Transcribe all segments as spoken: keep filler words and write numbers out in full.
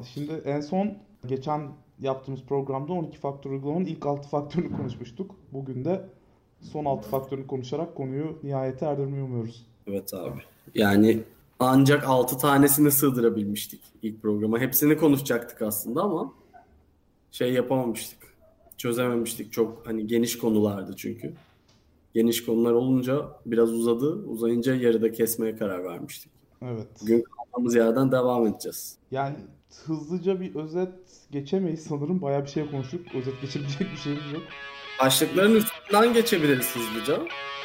Şimdi en son geçen yaptığımız programda on iki faktör uygulamanın ilk altı faktörünü konuşmuştuk. Bugün de son altı faktörünü konuşarak konuyu nihayete erdirmeyi umuyoruz. Evet abi. Yani ancak altı tanesini sığdırabilmiştik ilk programa. Hepsini konuşacaktık aslında ama şey yapamamıştık. Çözememiştik. Çok hani geniş konulardı çünkü. Geniş konular olunca biraz uzadı. Uzayınca yarıda kesmeye karar vermiştik. Evet. Bugün kaldığımız yerden devam edeceğiz. Yani hızlıca bir özet geçemeyiz sanırım. Bayağı bir şey konuştuk. Özet geçebilecek bir şeyimiz yok. Başlıkların üstünden geçebiliriz hızlıca.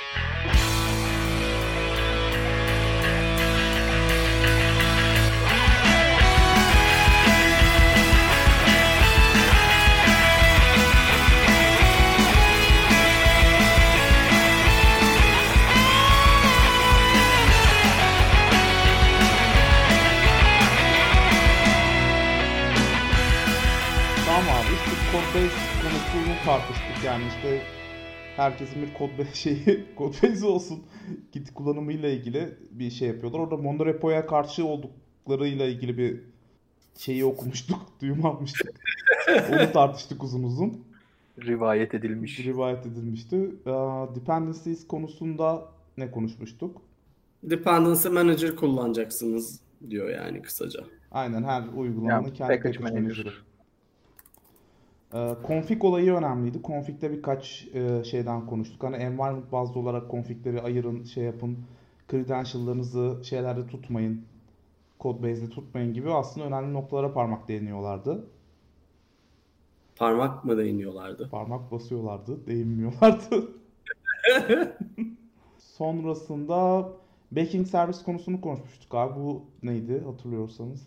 Codebase konusunu tartıştık yani işte herkesin bir Codebase şeyi, Codebase olsun Git kullanımıyla ilgili bir şey yapıyorlar. Orada monorepo'ya karşı olduklarıyla ilgili bir şeyi okumuştuk, duyum almıştık. Onu tartıştık uzun uzun. Rivayet edilmiş. Rivayet edilmişti. Uh, dependencies konusunda ne konuşmuştuk? Dependency Manager kullanacaksınız diyor yani kısaca. Aynen, her uygulamanın yani, kendi package manager'ı. Config olayı önemliydi. Config'de birkaç e, şeyden konuştuk. Hani environment bazlı olarak config'leri ayırın, şey yapın. Credential'larınızı şeylerde tutmayın. Codebase'de tutmayın gibi aslında önemli noktalara parmak değiniyorlardı. Parmak mı değiniyorlardı? Parmak basıyorlardı, değinmiyorlardı. Sonrasında backing servis konusunu konuşmuştuk abi. Bu neydi hatırlıyorsanız?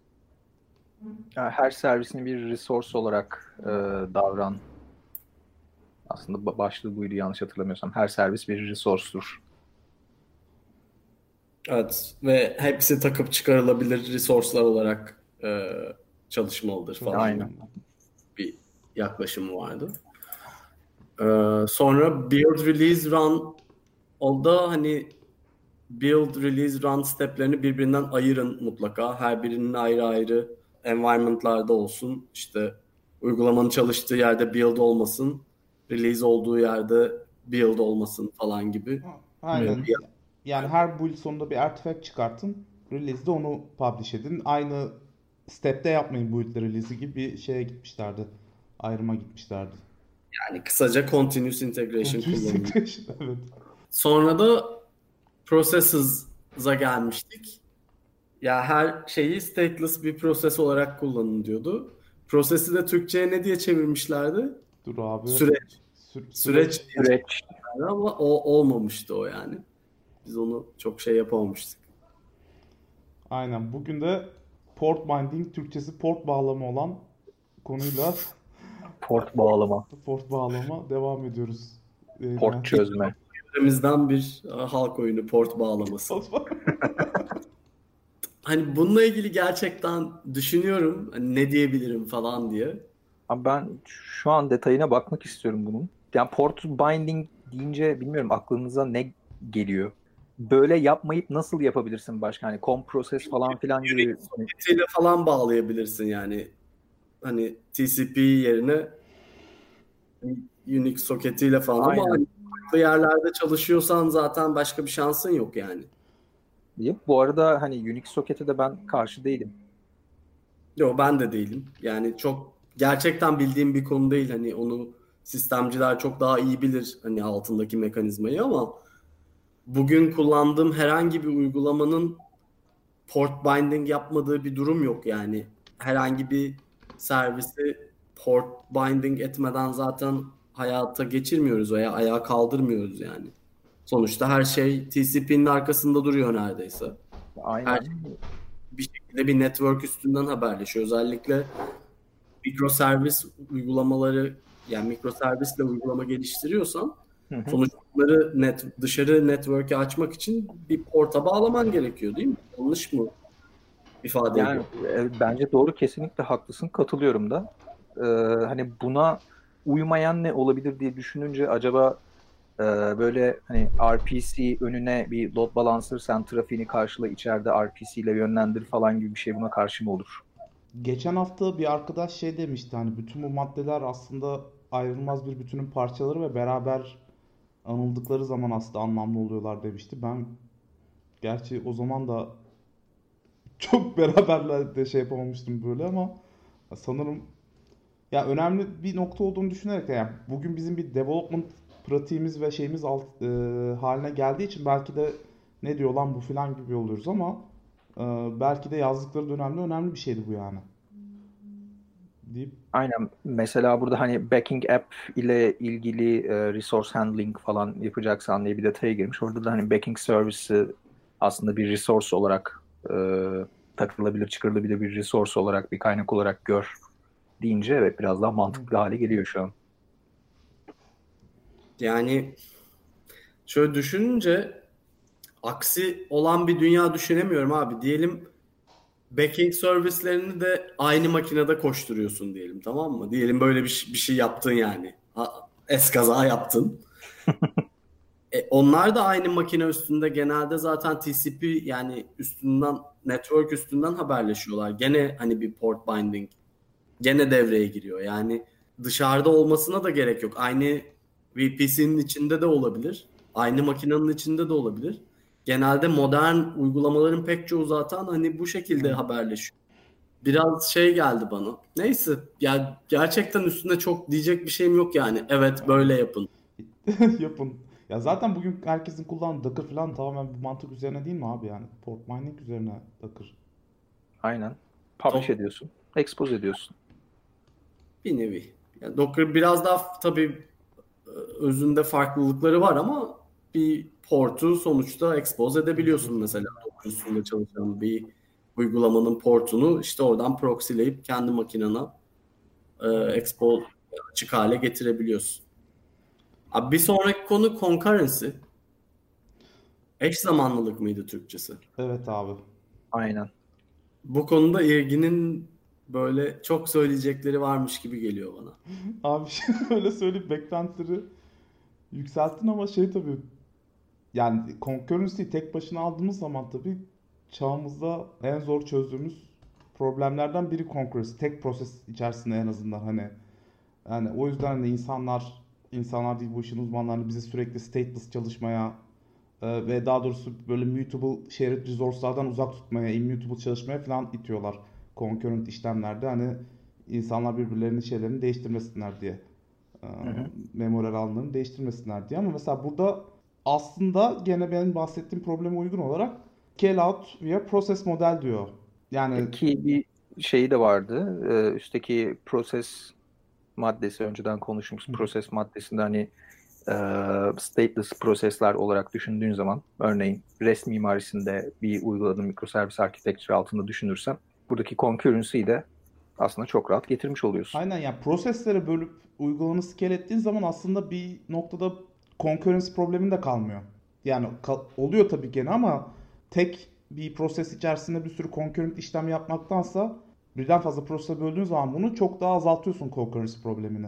Her servisini bir resource olarak e, davran. Aslında başlığı buydu yanlış hatırlamıyorsam. Her servis bir resource'tur. Evet ve hepsi takıp çıkarılabilir resource'lar olarak e, çalışmalıdır falan. Aynen. Bir yaklaşımı vardı. E, sonra build, release, run. O da hani build, release, run steplerini birbirinden ayırın mutlaka. Her birinin ayrı ayrı environment'larda olsun. İşte uygulamanın çalıştığı yerde build olmasın. Release olduğu yerde build olmasın falan gibi. Aynen. Evet. Yani her build sonunda bir artifact çıkartın. Release'de onu publish edin. Aynı step'te yapmayın build'le release'i gibi bir şeye gitmişlerdi. Ayrıma gitmişlerdi. Yani kısaca continuous integration kullanılıyor. Evet. Sonra da processes'a gelmiştik. Ya her şeyi stateless bir proses olarak kullanın diyordu. Prosesi de Türkçe'ye ne diye çevirmişlerdi? Dur abi. Süreç. Sü- süreç. Süreç. süreç. Ama o olmamıştı o yani. Biz onu çok şey yapamamıştık. Aynen. Bugün de port binding, Türkçesi port bağlama olan konuyla port bağlama. Port bağlama devam ediyoruz. Ee, port yani. çözme. Ülkemizden bir halk oyunu port bağlaması. Hani bununla ilgili gerçekten düşünüyorum hani ne diyebilirim falan diye. Abi ben şu an detayına bakmak istiyorum bunun. Yani port binding deyince bilmiyorum aklınıza ne geliyor? Böyle yapmayıp nasıl yapabilirsin başka? Hani com process falan filan gibi. Unix soketiyle falan bağlayabilirsin yani. Hani T C P yerine Unix soketiyle falan. Aynen. Ama hani farklı yerlerde çalışıyorsan zaten başka bir şansın yok yani. Bu arada hani Unix sokete de ben karşı değilim. Yok ben de değilim. Yani çok gerçekten bildiğim bir konu değil. Hani onu sistemciler çok daha iyi bilir hani altındaki mekanizmayı ama bugün kullandığım herhangi bir uygulamanın port binding yapmadığı bir durum yok yani. Herhangi bir servisi port binding etmeden zaten hayata geçirmiyoruz veya ayağa kaldırmıyoruz yani. Sonuçta her şey T C P'nin arkasında duruyor neredeyse. Aynen. Her şey bir şekilde bir network üstünden haberleşiyor. Özellikle mikroservis uygulamaları yani mikroservisle uygulama geliştiriyorsan hı hı. sonuçları net, dışarı network'e açmak için bir porta bağlaman gerekiyor değil mi? Yanlış mı ifade yani, ediyor? E, bence doğru, kesinlikle haklısın, katılıyorum da. Ee, hani buna uymayan ne olabilir diye düşününce acaba e, böyle hani R P C önüne bir load balancer, sen trafiğini karşıla, içeride R P C ile yönlendir falan gibi bir şey buna karşı mı olur? geçen hafta bir arkadaş şey demişti, hani bütün bu maddeler aslında ayrılmaz bir bütünün parçaları ve beraber anıldıkları zaman aslında anlamlı oluyorlar demişti. Ben gerçi o zaman da çok beraberler de şey yapamamıştım böyle ama sanırım ya önemli bir nokta olduğunu düşünerek de, yani bugün bizim bir development pratiğimiz ve şeyimiz alt, e, haline geldiği için belki de ne diyor lan bu filan gibi oluyoruz ama e, belki de yazdıkları dönemde önemli bir şeydi bu yani. Deyip Aynen. Mesela burada hani backing app ile ilgili e, resource handling falan yapacaksan diye bir detaya girmiş. Orada da hani backing service'ı aslında bir resource olarak e, takılabilir, çıkarılabilir bir resource olarak, bir kaynak olarak gör deyince evet biraz daha mantıklı hale geliyor şu an. Yani şöyle düşününce aksi olan bir dünya düşünemiyorum abi. Diyelim backing servislerini de aynı makinede koşturuyorsun diyelim, tamam mı? Diyelim böyle bir, şey- bir şey yaptın yani. Ha, eskaza yaptın. E, onlar da aynı makine üstünde genelde zaten T C P yani üstünden network üstünden haberleşiyorlar. Gene hani bir port binding gene devreye giriyor. Yani dışarıda olmasına da gerek yok. Aynı V P C'nin içinde de olabilir. Aynı makinenin içinde de olabilir. Genelde modern uygulamaların pek çoğu zaten hani bu şekilde haberleşiyor. Biraz şey geldi bana. Neyse ya, gerçekten üstünde çok diyecek bir şeyim yok yani. Evet böyle yapın. yapın. Ya zaten bugün herkesin kullandığı Docker falan tamamen bu mantık üzerine değil mi abi yani? Port mining üzerine Docker. Aynen. Publish Dok- ediyorsun. Expose ediyorsun. bir nevi. Yani Docker biraz daha tabii e, özünde farklılıkları var ama bir portu sonuçta expose edebiliyorsun mesela. Docker üstünde çalışan bir uygulamanın portunu işte oradan proxyleyip kendi makinana e, expose açık hale getirebiliyorsun. Abi bir sonraki konu concurrency. Eş zamanlılık mıydı Türkçesi? Evet abi. Aynen. Bu konuda ilginin böyle çok söyleyecekleri varmış gibi geliyor bana. Abi öyle söyleyip beklentileri yükselttin ama şey tabii, yani concurrency'yi tek başına aldığımız zaman tabii çağımızda en zor çözdüğümüz problemlerden biri concurrency. Tek proses içerisinde en azından hani. Yani o yüzden de insanlar insanlar değil bu işin uzmanlarını bizi sürekli stateless çalışmaya e, ve daha doğrusu böyle mutable shared resource'lardan uzak tutmaya, immutable çalışmaya falan itiyorlar concurrent işlemlerde. Hani insanlar birbirlerinin şeylerini değiştirmesinler diye. E, Hı hı. Memorial alanlarını değiştirmesinler diye. Ama mesela burada aslında gene benim bahsettiğim probleme uygun olarak scale out via process model diyor. Yani Ki bir şeyi de vardı. Ee, üstteki proses maddesi önceden konuşmuş proses maddesinde hani e, stateless prosesler olarak düşündüğün zaman örneğin REST mimarisinde bir uyguladığın microservice architecture altında düşünürsen buradaki concurrency'yi de aslında çok rahat getirmiş oluyorsun. aynen, yani proseslere bölüp uygulamanı scale ettiğin zaman aslında bir noktada concurrency problemin de kalmıyor. Yani kal- oluyor tabii gene ama tek bir proses içerisinde bir sürü concurrent işlem yapmaktansa birden fazla prosese böldüğün zaman bunu çok daha azaltıyorsun concurrency problemini.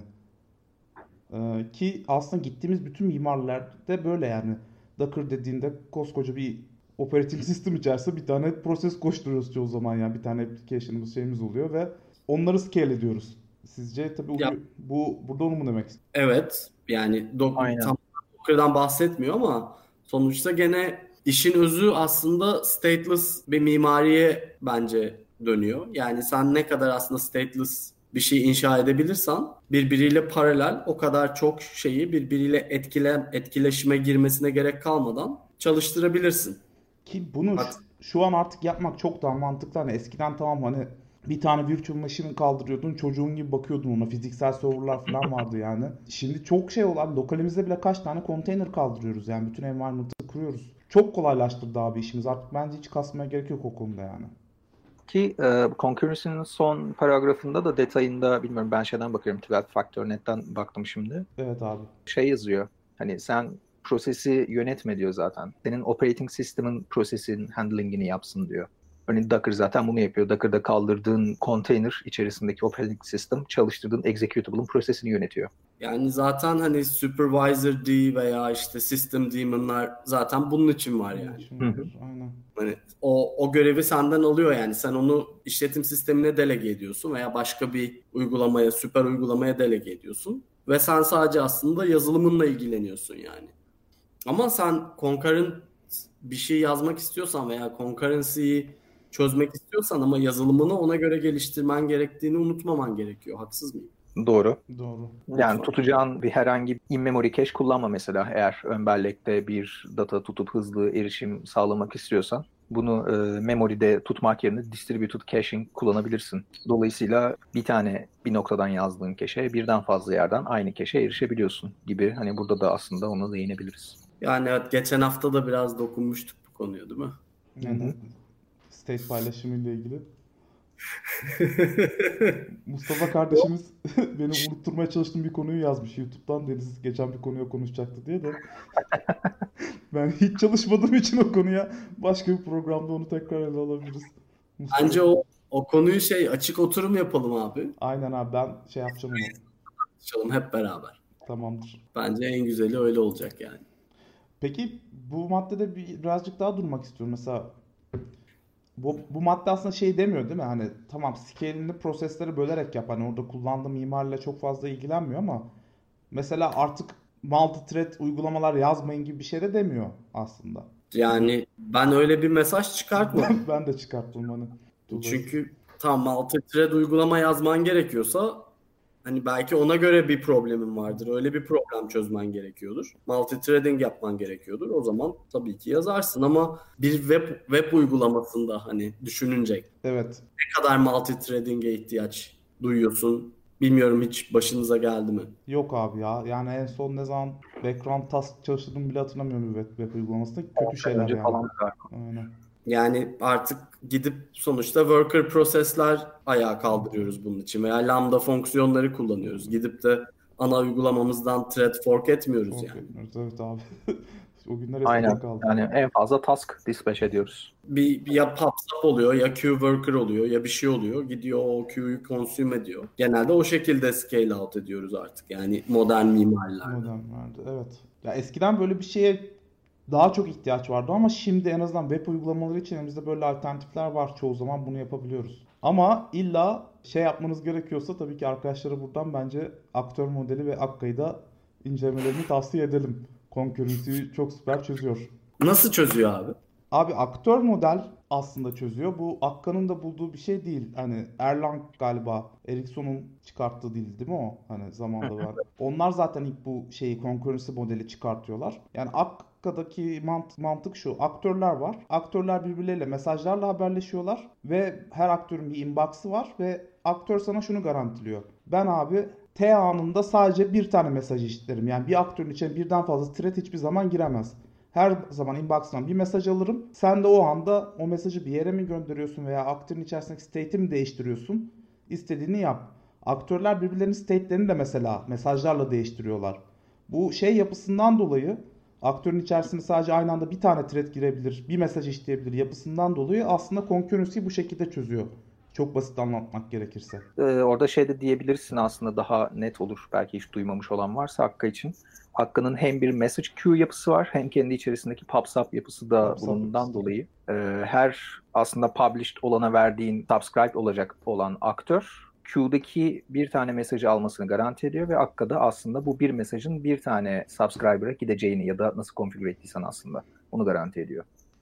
Ee, ki aslında gittiğimiz bütün mimarilerde böyle yani. Docker dediğinde koskoca bir operating sistem içerisinde bir tane proses koşturuyoruz çoğu zaman, yani bir tane application'ımız şeyimiz oluyor ve onları scale ediyoruz. Sizce tabii Ya uyu- bu burada onu mu demek istiyorsun? evet yani Doc- Aynen. tam Docker'dan bahsetmiyor ama sonuçta gene işin özü aslında stateless bir mimariye bence dönüyor. Yani sen ne kadar aslında stateless bir şey inşa edebilirsen birbiriyle paralel o kadar çok şeyi birbiriyle etkile, etkileşime girmesine gerek kalmadan çalıştırabilirsin. Ki bunu şu, Bak, şu an artık yapmak çok daha mantıklı. Hani eskiden tamam, hani bir tane virtual machine kaldırıyordun, çocuğun gibi bakıyordun ona. Fiziksel serverlar falan vardı yani. Şimdi çok şey olan, lokalimizde bile kaç tane konteyner kaldırıyoruz yani. Bütün environment'ı kuruyoruz. Çok kolaylaştırdı abi işimiz. Artık bence hiç kasmaya gerek yok o konuda yani. Ki e, concurrency'nin son paragrafında da detayında bilmiyorum ben şeyden bakıyorum on iki factor nokta net'ten baktım şimdi. Evet abi. Şey yazıyor. Hani sen prosesi yönetme diyor zaten. Senin operating system'ın prosesin handling'ini yapsın diyor. Örneğin Docker zaten bunu yapıyor. Docker'da kaldırdığın container içerisindeki operating system çalıştırdığın executable'ın prosesini yönetiyor. Yani zaten hani supervisor D veya işte system daemon'lar zaten bunun için var yani. Hı hı. Aynen. Hani o o görevi senden alıyor yani. Sen onu işletim sistemine delege ediyorsun veya başka bir uygulamaya, süper uygulamaya delege ediyorsun ve sen sadece aslında yazılımınla ilgileniyorsun yani. Ama sen concurrent bir şey yazmak istiyorsan veya concurrency'yi çözmek istiyorsan ama yazılımını ona göre geliştirmen gerektiğini unutmaman gerekiyor. Haksız mıyım? Doğru. Doğru. Yani tutacağın bir herhangi in-memory cache kullanma mesela, eğer ön bellekte bir data tutup hızlı erişim sağlamak istiyorsan. Bunu e, memory'de tutmak yerine distributed caching kullanabilirsin. Dolayısıyla bir tane bir noktadan yazdığın cache'e birden fazla yerden aynı cache'e erişebiliyorsun gibi. Hani burada da aslında ona değinebiliriz. Yani evet, geçen hafta da biraz dokunmuştuk bu konuya değil mi? Yani state paylaşımı ile ilgili. Mustafa kardeşimiz beni unutturmaya çalıştığım bir konuyu yazmış YouTube'dan. Deniz geçen bir konuya konuşacaktı diye de. Ben hiç çalışmadığım için o konuya başka bir programda onu tekrar ele alabiliriz. Mustafa... Bence o o konuyu şey açık oturum yapalım abi. Aynen abi, ben şey yapacağım onu. Çalışalım hep beraber. Tamamdır. Bence en güzeli öyle olacak yani. Peki bu maddede bir, birazcık daha durmak istiyorum. Mesela bu, bu madde aslında şey demiyor değil mi? Hani tamam, scale'ini prosesleri bölerek yap. Hani orada kullandığım mimarla çok fazla ilgilenmiyor ama mesela artık multi-thread uygulamalar yazmayın gibi bir şey de demiyor aslında. Yani ben öyle bir mesaj çıkartmadım. Ben de çıkarttım hani. Çünkü tam multi-thread uygulama yazman gerekiyorsa hani belki ona göre bir problemin vardır. Öyle bir problem çözmen gerekiyordur. Multi-threading yapman gerekiyordur. O zaman tabii ki yazarsın ama bir web web uygulamasında hani düşününce evet, ne kadar multi-threading'e ihtiyaç duyuyorsun? Bilmiyorum, hiç başınıza geldi mi? Yok abi ya. Yani en son ne zaman background task çalıştırdım bile hatırlamıyorum web, web uygulamasında. Kötü şeyler Önce yani. falan Aynen. Yani artık gidip sonuçta worker process'ler ayağa kaldırıyoruz bunun için veya lambda fonksiyonları kullanıyoruz. Gidip de ana uygulamamızdan thread fork etmiyoruz Fork yani. etmiyoruz. Evet abi. O günler Aynen. eskide kaldı. Yani en fazla task dispatch ediyoruz. Bir, bir ya PubSub oluyor ya queue worker oluyor ya bir şey oluyor. Gidiyor o queue'yu consume ediyor. Genelde o şekilde scale out ediyoruz artık. Yani modern mimariler. Modern vardı. Evet. Ya eskiden böyle bir şeye daha çok ihtiyaç vardı ama şimdi en azından web uygulamaları için elimizde böyle alternatifler var. Çoğu zaman bunu yapabiliyoruz. Ama illa şey yapmanız gerekiyorsa tabii ki arkadaşlara buradan bence aktör modeli ve Akka'yı da incelemelerini tavsiye edelim. Concurrency'yi çok süper çözüyor. Nasıl çözüyor abi? Abi aktör model aslında çözüyor. Bu Akka'nın da bulduğu bir şey değil. Hani Erlang galiba Ericsson'un çıkarttığı değil değil mi o? Hani zamanda var. Onlar zaten ilk bu şeyi concurrency modeli çıkartıyorlar. Yani Akka'daki mant- mantık şu. Aktörler var. Aktörler birbirleriyle mesajlarla haberleşiyorlar ve her aktörün bir inbox'ı var ve aktör sana şunu garantiliyor. Ben abi T anında sadece bir tane mesaj işlerim. Yani bir aktörün içine birden fazla thread hiçbir zaman giremez. Her zaman inbox'tan bir mesaj alırım. Sen de o anda o mesajı bir yere mi gönderiyorsun veya aktörün içerisindeki state'i mi değiştiriyorsun? İstediğini yap. Aktörler birbirlerinin state'lerini de mesela mesajlarla değiştiriyorlar. Bu şey yapısından dolayı aktörün içerisinde sadece aynı anda bir tane thread girebilir, bir mesaj işleyebilir yapısından dolayı aslında concurrency'yi bu şekilde çözüyor. Çok basit anlatmak gerekirse. Ee, orada şey de diyebilirsin, aslında daha net olur belki hiç duymamış olan varsa Akka için. Akka'nın hem bir message queue yapısı var hem kendi içerisindeki PubSub yapısı da PubSub bulunduğundan yapısı. dolayı e, her aslında published olana verdiğin subscribe olacak olan aktör queue'daki bir tane mesajı almasını garanti ediyor ve Akka'da aslında bu bir mesajın bir tane subscriber'a gideceğini ya da nasıl konfigüre ettiysen aslında onu garanti ediyor.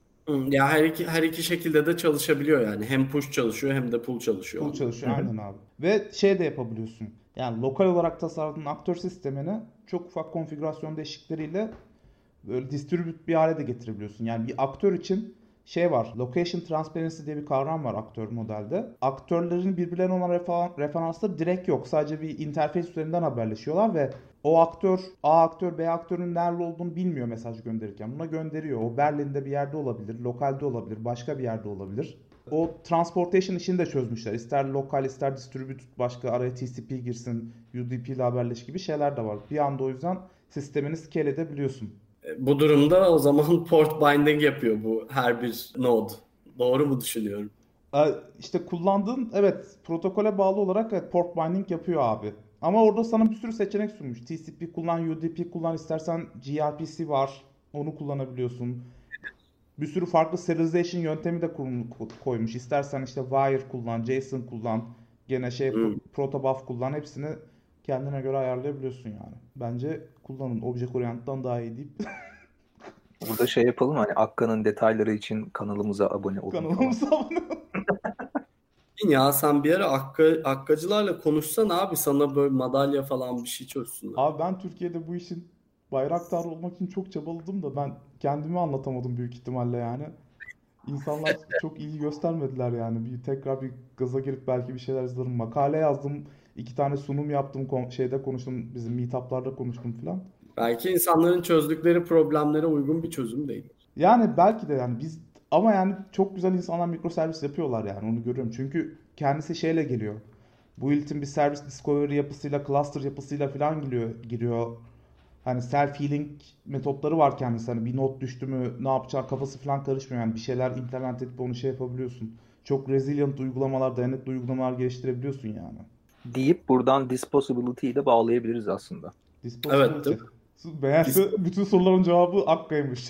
Ya her iki her iki şekilde de çalışabiliyor yani. Hem push çalışıyor hem de pull çalışıyor. Pull çalışıyor. Hı-hı. Aynen abi. Ve şey de yapabiliyorsun. Yani lokal olarak tasarladığın aktör sistemini çok ufak konfigürasyon değişiklikleriyle böyle distribute bir hale de getirebiliyorsun. Yani bir aktör için şey var. Location transparency diye bir kavram var aktör modelde. Aktörlerin birbirlerine olan refer- referansları direkt yok. Sadece bir interface üzerinden haberleşiyorlar ve o aktör A aktör B aktörün nerede olduğunu bilmiyor mesaj gönderirken. Buna gönderiyor. O Berlin'de bir yerde olabilir, lokalde olabilir, başka bir yerde olabilir. O transportation işini de çözmüşler. İster lokal ister distributed başka araya T C P girsin, U D P ile haberleş gibi şeyler de var. Bir anda o yüzden sistemini scale edebiliyorsun. Bu durumda o zaman port binding yapıyor bu her bir node. Doğru mu düşünüyorum? Ee, İşte kullandığın evet protokole bağlı olarak evet, port binding yapıyor abi. Ama orada sana bir sürü seçenek sunmuş. T C P kullan, U D P kullan, istersen G R P C var. Onu kullanabiliyorsun. Bir sürü farklı serialization yöntemi de kur- koymuş. İstersen işte Wire kullan, JSON kullan, gene şey Hmm. protobuf kullan. Hepsini kendine göre ayarlayabiliyorsun yani. Bence kullanın. Object Oriented'dan daha iyi deyip Burada şey yapalım hani Akka'nın detayları için kanalımıza abone olun falan. kanalımıza abone olun. Ya sen bir ara Akka, Akkacılarla konuşsan abi, sana böyle madalya falan bir şey çözsünler. Abi ben Türkiye'de bu işin bayraktar olmak için çok çabaladım da ben kendimi anlatamadım büyük ihtimalle yani. İnsanlar çok iyi göstermediler yani. Bir tekrar bir gaza girip belki bir şeyler yazarım. Makale yazdım. İki tane sunum yaptım. kon- Şeyde konuştum. Bizim meetup'larda konuştum falan. Belki insanların çözdükleri problemlere uygun bir çözüm değil. Yani belki de yani biz ama yani çok güzel insanlar mikroservis yapıyorlar yani onu görüyorum. Çünkü kendisi şeyle geliyor. Bu Build'in bir servis discovery yapısıyla, cluster yapısıyla falan giriyor, giriyor. Hani self healing metotları var kendisi. Hani bir not düştü mü ne yapacağı kafası falan karışmıyor. Yani bir şeyler implement edip onu şey yapabiliyorsun. Çok resilient uygulamalar, dayanıklı uygulamalar geliştirebiliyorsun yani. Deyip buradan disposability'yi de bağlayabiliriz aslında. Evet, Disposability. değil mi? Meğerse bütün soruların cevabı Akka'ymış.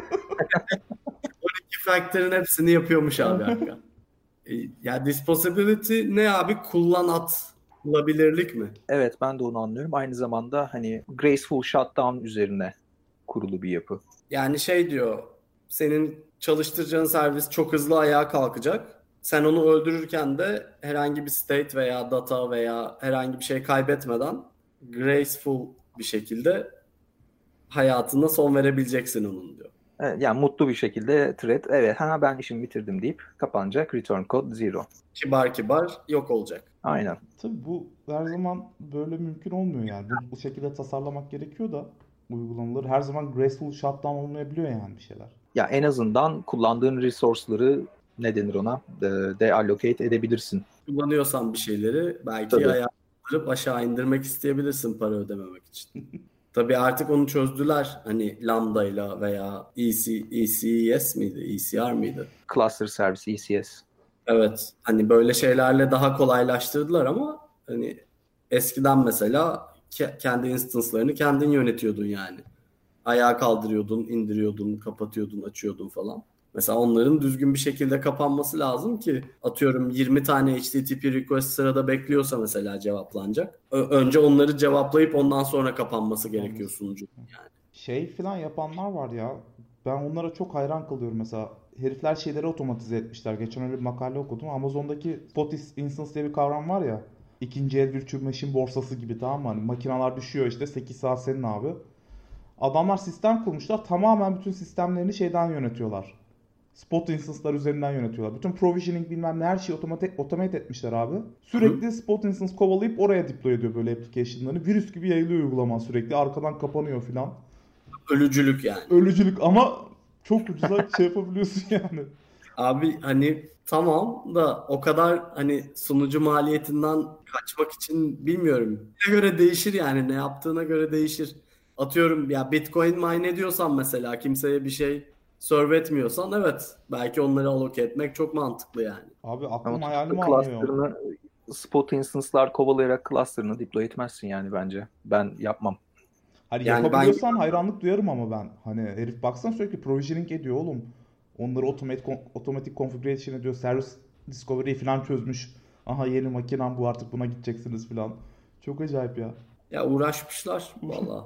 İki faktörün hepsini yapıyormuş abi Akka. E, Ya disposability ne abi? Kullan atılabilirlik mi? Evet ben de onu anlıyorum. Aynı zamanda hani graceful shutdown üzerine kurulu bir yapı. Yani şey diyor, senin çalıştıracağın servis çok hızlı ayağa kalkacak. Sen onu öldürürken de herhangi bir state veya data veya herhangi bir şey kaybetmeden graceful bir şekilde hayatına son verebileceksin onun diyor. Evet, yani mutlu bir şekilde thread evet ha ben işimi bitirdim deyip kapanacak, return code zero. Kibar kibar yok olacak. Aynen. Tabii bu her zaman böyle mümkün olmuyor yani. Bu, bu şekilde tasarlamak gerekiyor da uygulamaları her zaman graceful shutdown olmayabiliyor yani bir şeyler. Ya en azından kullandığın resource'ları ne denir ona de, deallocate edebilirsin. Kullanıyorsan bir şeyleri belki Tabii. ayağa kaldırıp aşağı indirmek isteyebilirsin para ödememek için. Tabii artık onu çözdüler. Hani Lambda'yla veya E C, E C S miydi? E C R mıydı? Cluster Service, E C S. Evet. Hani böyle şeylerle daha kolaylaştırdılar ama hani eskiden mesela ke- kendi instance'larını kendin yönetiyordun yani. Ayağa kaldırıyordun, indiriyordun, kapatıyordun, açıyordun falan. Mesela onların düzgün bir şekilde kapanması lazım ki atıyorum yirmi tane H T T P request sırada bekliyorsa mesela cevaplanacak. Ö- önce onları cevaplayıp ondan sonra kapanması gerekiyor sunucu. Yani. Şey falan yapanlar var ya. Ben onlara çok hayran kalıyorum mesela. Herifler şeyleri otomatize etmişler. Geçen öyle bir makale okudum. Amazon'daki spot instance diye bir kavram var ya. İkinci el virtual machine borsası gibi, tamam mı? Hani makineler düşüyor işte sekiz saat senin abi. Adamlar sistem kurmuşlar. Tamamen bütün sistemlerini şeyden yönetiyorlar. Spot instance'lar üzerinden yönetiyorlar. Bütün provisioning bilmem ne her şeyi otomate, automate etmişler abi. Sürekli Hı. spot instance kovalayıp oraya deploy ediyor böyle application'ları. Virüs gibi yayılıyor uygulama sürekli. Arkadan kapanıyor filan. Ölücülük yani. Ölücülük ama çok ucuza şey yapabiliyorsun yani. Abi hani tamam da o kadar hani sunucu maliyetinden kaçmak için bilmiyorum. Ne göre değişir yani, ne yaptığına göre değişir. Atıyorum ya, Bitcoin mine ediyorsan mesela, kimseye bir şey serve etmiyorsan evet belki onları allocate etmek çok mantıklı yani. Abi Ama aklım tutup hayalim da almıyor. cluster'ını spot instance'lar kovalayarak cluster'ını deploy etmezsin yani bence. Ben yapmam. Hani Yani ben yapabiliyorsan hayranlık duyarım ama ben. Hani herif baksana sürekli provisioning ediyor oğlum. Onları otomatik otomatik configuration ediyor. Service discovery falan çözmüş. Aha yeni makinem bu, artık buna gideceksiniz falan. Çok acayip ya. ya uğraşmışlar valla.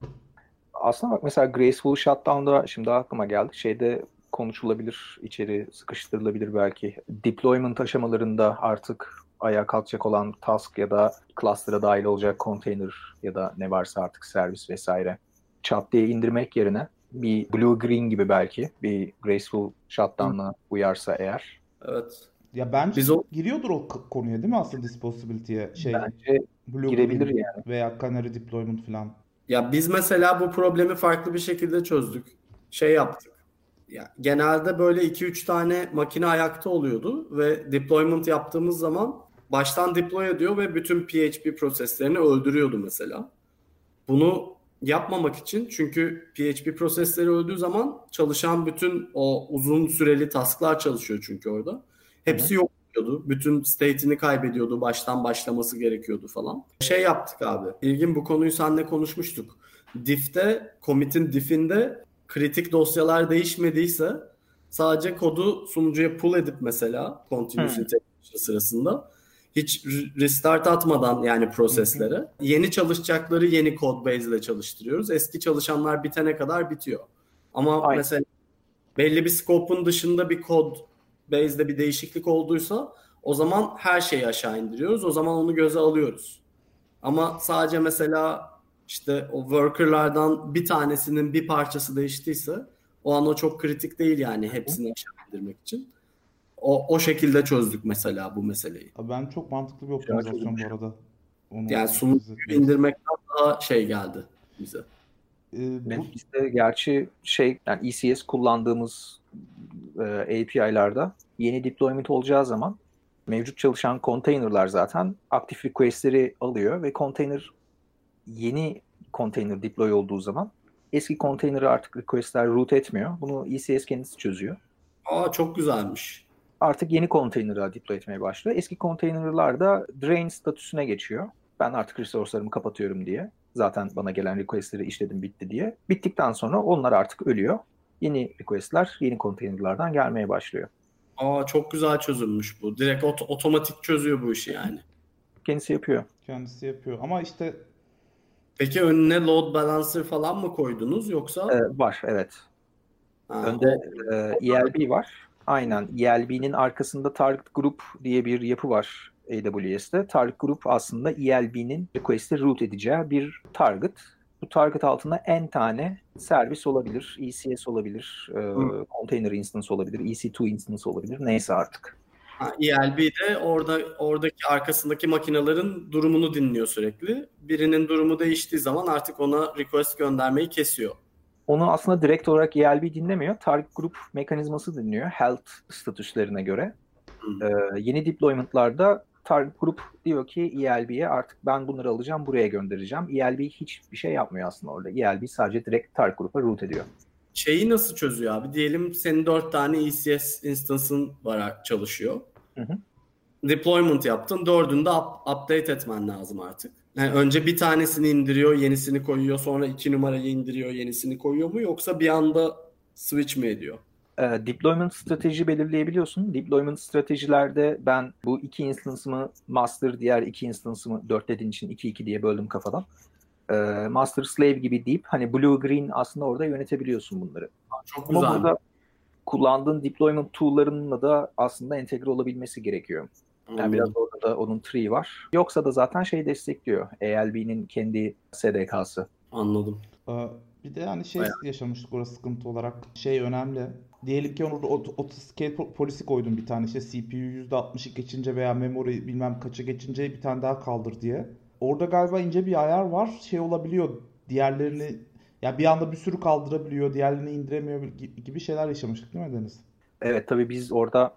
Aslında bak mesela Graceful Shutdown'da şimdi aklıma geldi. Şeyde konuşulabilir, içeri sıkıştırılabilir belki. Deployment aşamalarında artık ayağa kalkacak olan task ya da cluster'a dahil olacak container ya da ne varsa artık servis vesaire çat diye indirmek yerine bir blue green gibi belki bir Graceful Shutdown'la uyarsa eğer. Evet. Ya bence Biz o giriyordur o k- konuya değil mi aslında disposability'ye şey Bence blue girebilir green yani. veya canary deployment falan. ya biz mesela bu problemi farklı bir şekilde çözdük. Şey yaptık. Ya, genelde böyle iki üç tane makine ayakta oluyordu ve deployment yaptığımız zaman baştan deploy ediyor ve bütün P H P proseslerini öldürüyordu mesela. Bunu yapmamak için, çünkü P H P prosesleri öldüğü zaman çalışan bütün o uzun süreli tasklar çalışıyor çünkü orada. Hepsi yok oluyordu. Bütün state'ini kaybediyordu. Baştan başlaması gerekiyordu falan. Şey yaptık abi. İlgin, bu konuyu seninle konuşmuştuk. Diff'te, commit'in diff'inde kritik dosyalar değişmediyse sadece kodu sunucuya pull edip mesela continuous Hmm. integration sırasında hiç restart atmadan, yani proseslere, hı hı, yeni çalışacakları yeni code base ile çalıştırıyoruz. Eski çalışanlar bitene kadar bitiyor. Ama Aynen. mesela belli bir scope'un dışında bir code base'de bir değişiklik olduysa o zaman her şeyi aşağı indiriyoruz. O zaman onu göze alıyoruz. Ama sadece mesela işte o worker'lardan bir tanesinin bir parçası değiştiyse o an o çok kritik değil yani hepsini aşağı indirmek için. O, o şekilde çözdük mesela bu meseleyi. Ben çok mantıklı bir optimizasyon bu arada. Onu yani sunucuyu indirmekten daha şey geldi bize. Ee, Memphis'te gerçi şey, yani E C S kullandığımız e, A P I'larda yeni deployment olacağı zaman mevcut çalışan container'lar zaten aktif request'leri alıyor ve container, yeni container deploy olduğu zaman eski container'ı artık request'ler route etmiyor. Bunu E C S kendisi çözüyor. Aa, çok güzelmiş. Artık yeni container'a deploy etmeye başlıyor. Eski container'lar da drain statüsüne geçiyor. Ben artık resource'larımı kapatıyorum diye. Zaten bana gelen request'leri işledim, bitti diye. Bittikten sonra onlar artık ölüyor. Yeni request'ler yeni container'lardan gelmeye başlıyor. Aa, çok güzel çözülmüş bu. Direkt ot- otomatik çözüyor bu işi yani. Kendisi yapıyor. Kendisi yapıyor ama işte... Peki önüne load balancer falan mı koydunuz yoksa? Ee, var, evet. Ha, Önde o, e, E L B var. Aynen. E L B'nin arkasında target group diye bir yapı var A W S'te. Target group aslında E L B'nin request'i route edeceği bir target. Bu target altında n tane servis olabilir, E C S olabilir, e, container instance olabilir, E C iki instance olabilir, neyse artık. Ha, E L B de orada oradaki arkasındaki makinelerin durumunu dinliyor sürekli. Birinin durumu değiştiği zaman artık ona request göndermeyi kesiyor. Onu aslında direkt olarak E L B dinlemiyor. Target group mekanizması dinliyor health statüslerine göre. Hmm. Ee, yeni deployment'larda target group diyor ki E L B'ye artık ben bunları alacağım, buraya göndereceğim. E L B hiçbir şey yapmıyor aslında orada. E L B sadece direkt target group'a route ediyor. Şeyi nasıl çözüyor abi? Diyelim senin dört tane E C S instance'ın var, çalışıyor. Hı hı. Deployment yaptın. Dördünü de up- update etmen lazım artık. Yani önce bir tanesini indiriyor, yenisini koyuyor. Sonra iki numarayı indiriyor, yenisini koyuyor mu? Yoksa bir anda switch mi ediyor? E, deployment strateji belirleyebiliyorsun. Deployment stratejilerde ben bu iki instance'ımı master, diğer iki instance'ımı dört dediğin için iki iki diye böldüm kafadan. E, master slave gibi deyip hani blue green aslında orada yönetebiliyorsun bunları. Çok güzel. Ama burada kullandığın deployment tool'larınla da aslında entegre olabilmesi gerekiyor. Yani hmm. biraz orada da onun tree var. Yoksa da zaten şey destekliyor. A L B'nin kendi S D K'sı. Anladım. Ee, bir de yani şey Bayağı. yaşamıştık orası sıkıntı olarak. Şey önemli. Diyelim ki orada autoscale polisi koydum bir tane. İşte C P U yüzde altmışı geçince veya memory bilmem kaça geçince bir tane daha kaldır diye. Orada galiba ince bir ayar var. Şey olabiliyor. Diğerlerini ya bir anda bir sürü kaldırabiliyor, diğerlerini indiremiyor gibi şeyler yaşamıştık değil mi Deniz? Evet, tabii biz orada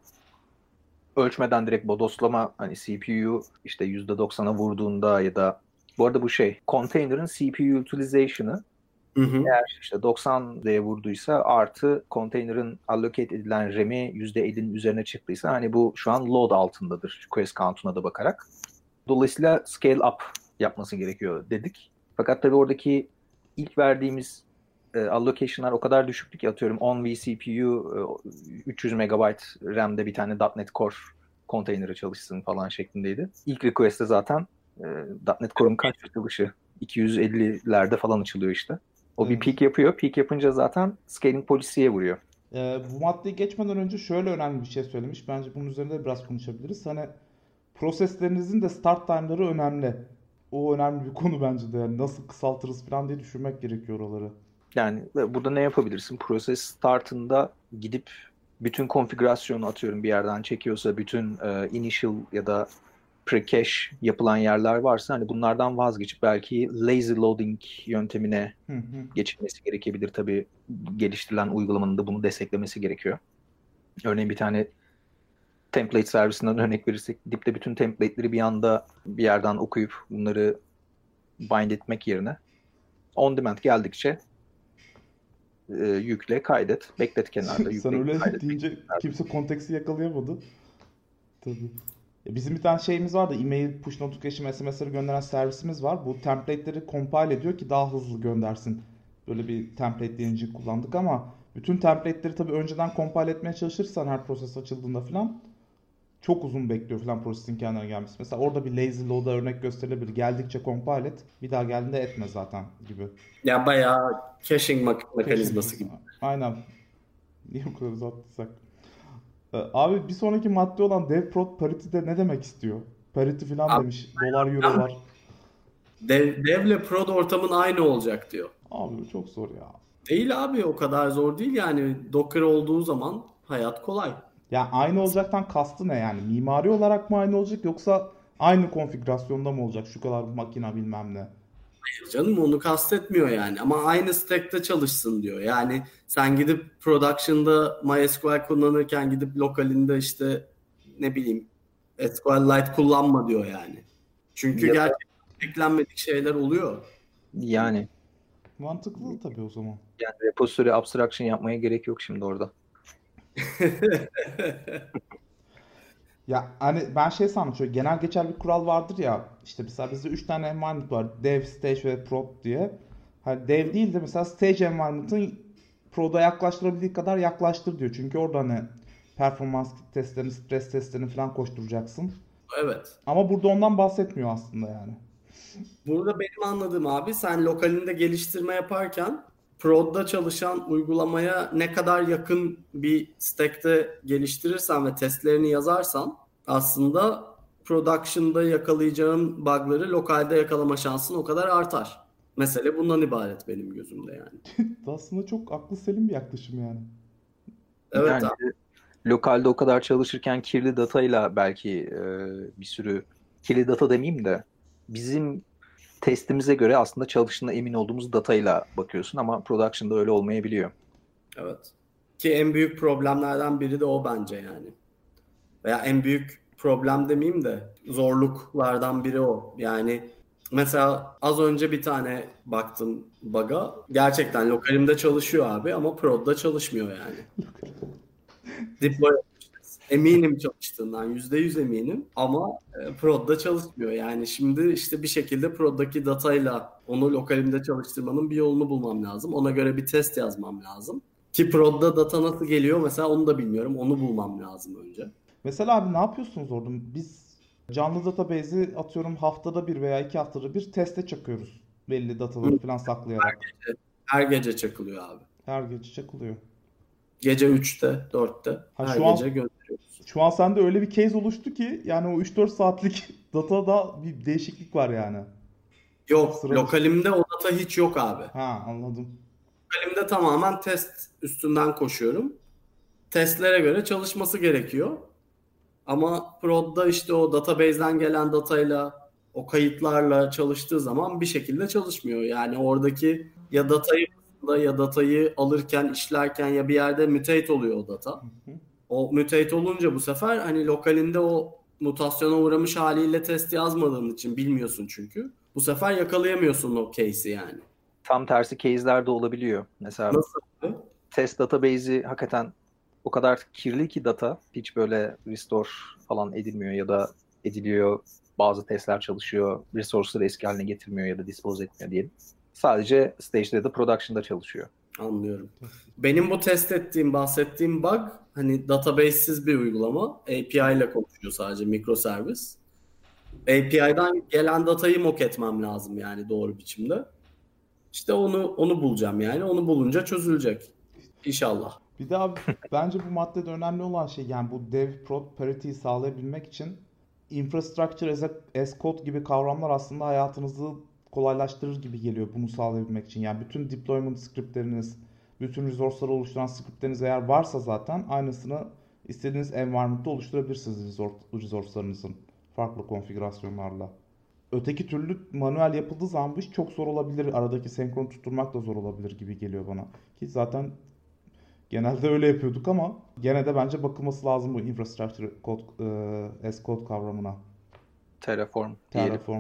ölçmeden direkt bodoslama, hani C P U işte yüzde doksana vurduğunda ya da bu arada bu şey container'ın C P U utilization'ı hı hı. eğer işte doksan diye vurduysa artı container'ın allocate edilen R A M'i yüzde ellinin üzerine çıktıysa hani bu şu an load altındadır quest count'una da bakarak. Dolayısıyla scale up yapması gerekiyor dedik. Fakat tabii oradaki ilk verdiğimiz e, allocation'lar o kadar düşüktü ki atıyorum on vCPU e, üç yüz megabayt RAM'de bir tane .nokta .NET Core container'ı çalışsın falan şeklindeydi. İlk request'te zaten e, .nokta .NET Core'un kaç açılışı? iki yüz ellilerde falan açılıyor işte. O evet. Bir peak yapıyor. Peak yapınca zaten scaling policy'ye vuruyor. Ee, bu maddeyi geçmeden önce şöyle önemli bir şey söylemiş. Bence bunun üzerinde biraz konuşabiliriz. Hani proseslerinizin de start time'ları önemli. O önemli bir konu bence de. Yani nasıl kısaltırız falan diye düşünmek gerekiyor oraları. Yani burada ne yapabilirsin? Proses startında gidip bütün konfigürasyonu atıyorum bir yerden çekiyorsa bütün e, initial ya da pre-cache yapılan yerler varsa hani bunlardan vazgeçip belki lazy loading yöntemine hı hı. geçilmesi gerekebilir. Tabii geliştirilen uygulamanın da bunu desteklemesi gerekiyor. Örneğin bir tane template servisinden örnek verirsek dipte bütün template'leri bir anda bir yerden okuyup bunları bind etmek yerine On demand geldikçe e, yükle, kaydet. Beklet kenarda. Sen Yükle, öyle kaydet. deyince kimse konteksti yakalayamadı. Tabii. Ya bizim bir tane şeyimiz vardı. E-mail, push notification, S M S'leri gönderen servisimiz var. Bu template'leri compile ediyor ki daha hızlı göndersin. Böyle bir template deyince kullandık ama bütün template'leri tabii önceden compile etmeye çalışırsan her proses açıldığında falan çok uzun bekliyor falan prosesin kendine gelmesi. Mesela orada bir lazy load'a örnek gösterilebilir. Geldikçe compile et. Bir daha geldiğinde etme zaten gibi. Ya bayağı caching mek- mekanizması gibi. Aynen. Niye bu kadar uzattıysak? Ee, Abi bir sonraki madde olan dev prod parity'de ne demek istiyor? Parity falan Abi, demiş. Dolar euro var. Dev, devle prod ortamın aynı olacak diyor. Abi bu çok zor ya. Değil abi, o kadar zor değil yani. Docker olduğu zaman hayat kolay. Ya aynı olacaktan kastı ne yani? Mimari olarak mı aynı olacak yoksa aynı konfigürasyonda mı olacak? Şu kadar makine bilmem ne. Canım onu kastetmiyor yani, ama aynı stack'te çalışsın diyor. Yani sen gidip production'da MySQL kullanırken gidip lokalinde işte ne bileyim SQLite kullanma diyor yani. Çünkü Ya da- gerçekten eklenmedik şeyler oluyor. Yani Mantıklı tabii o zaman. yani repository abstraction yapmaya gerek yok şimdi orada. Ya hani ben şey sandım, şöyle genel geçer bir kural vardır ya, işte mesela bizde üç tane environment var, dev, stage ve prod diye. Hani dev değil de mesela stage environment'ın prod'a yaklaştırabildiği kadar yaklaştır diyor. Çünkü orada hani performans testlerini, stres testlerini falan koşturacaksın. Evet. Ama burada ondan bahsetmiyor aslında yani. Burada benim anladığım abi, sen lokalinde geliştirme yaparken prod'da çalışan uygulamaya ne kadar yakın bir stack'te geliştirirsen ve testlerini yazarsan aslında production'da yakalayacağın bug'ları lokalde yakalama şansın o kadar artar. Mesele bundan ibaret benim gözümde yani. Aslında çok aklı selim bir yaklaşım yani. Evet Yani abi. lokalde o kadar çalışırken kirli datayla belki e, bir sürü kirli data demeyeyim de bizim testimize göre aslında çalıştığına emin olduğumuz datayla bakıyorsun ama production'da öyle olmayabiliyor. Evet. Ki en büyük problemlerden biri de o bence yani. Veya en büyük problem demeyeyim de zorluklardan biri o. Yani mesela az önce bir tane baktım bug'a. Gerçekten lokalimde çalışıyor abi ama prod'da çalışmıyor yani. Deploy eminim çalıştığından, yüzde yüz eminim ama e, prod'da çalışmıyor. Yani şimdi işte bir şekilde prod'daki datayla onu lokalimde çalıştırmanın bir yolunu bulmam lazım. Ona göre bir test yazmam lazım. Ki prod'da data nasıl geliyor mesela onu da bilmiyorum. Onu bulmam lazım önce. Mesela abi ne yapıyorsunuz orada? Biz canlı database'i atıyorum haftada bir veya iki haftada bir teste çakıyoruz. Belli dataları falan saklayarak. Her gece çakılıyor abi. Her gece çakılıyor. Gece üçte, dörtte Ha her şu an gece gönderiyoruz. şu an sende öyle bir case oluştu ki yani o üç dört saatlik datada bir değişiklik var yani. Yok, Sıra dışı. lokalimde o data hiç yok abi. Ha, anladım. Lokalimde tamamen test üstünden koşuyorum. Testlere göre çalışması gerekiyor. Ama prod'da işte o database'den gelen datayla, o kayıtlarla çalıştığı zaman bir şekilde çalışmıyor. Yani oradaki ya datayı ya datayı alırken, işlerken ya bir yerde mutate oluyor o data. O mutate olunca bu sefer hani lokalinde o mutasyona uğramış haliyle test yazmadığın için bilmiyorsun çünkü. Bu sefer yakalayamıyorsun o case'i yani. Tam tersi case'ler de olabiliyor. Mesela Nasıl? test database'i hakikaten o kadar kirli ki data hiç böyle restore falan edilmiyor ya da ediliyor. Bazı testler çalışıyor. Resource'ları eski haline getirmiyor ya da dispose etmiyor diyelim. Sadece stage'de ya da production'da çalışıyor. Anlıyorum. Benim bu test ettiğim, bahsettiğim bug hani database'siz bir uygulama. A P I ile konuşuyor sadece, microservice. A P I'den gelen datayı mock etmem lazım yani doğru biçimde. İşte onu onu bulacağım yani. Onu bulunca çözülecek. İnşallah. Bir de abi bence bu maddede önemli olan şey yani bu dev prod parity'yi sağlayabilmek için infrastructure as, a- as code gibi kavramlar aslında hayatınızı kolaylaştırır gibi geliyor bunu sağlayabilmek için. Yani bütün deployment scriptleriniz, bütün resource'ları oluşturan scriptleriniz eğer varsa zaten aynısını istediğiniz environment'ta oluşturabilirsiniz resource- resource'larınızın farklı konfigürasyonlarla. Öteki türlü manuel yapıldığı zaman bu iş çok zor olabilir. Aradaki senkron tutturmak da zor olabilir gibi geliyor bana. Ki zaten genelde öyle yapıyorduk ama gene de bence bakılması lazım bu infrastructure code, e, as code kavramına. Terraform diyelim. Terraform.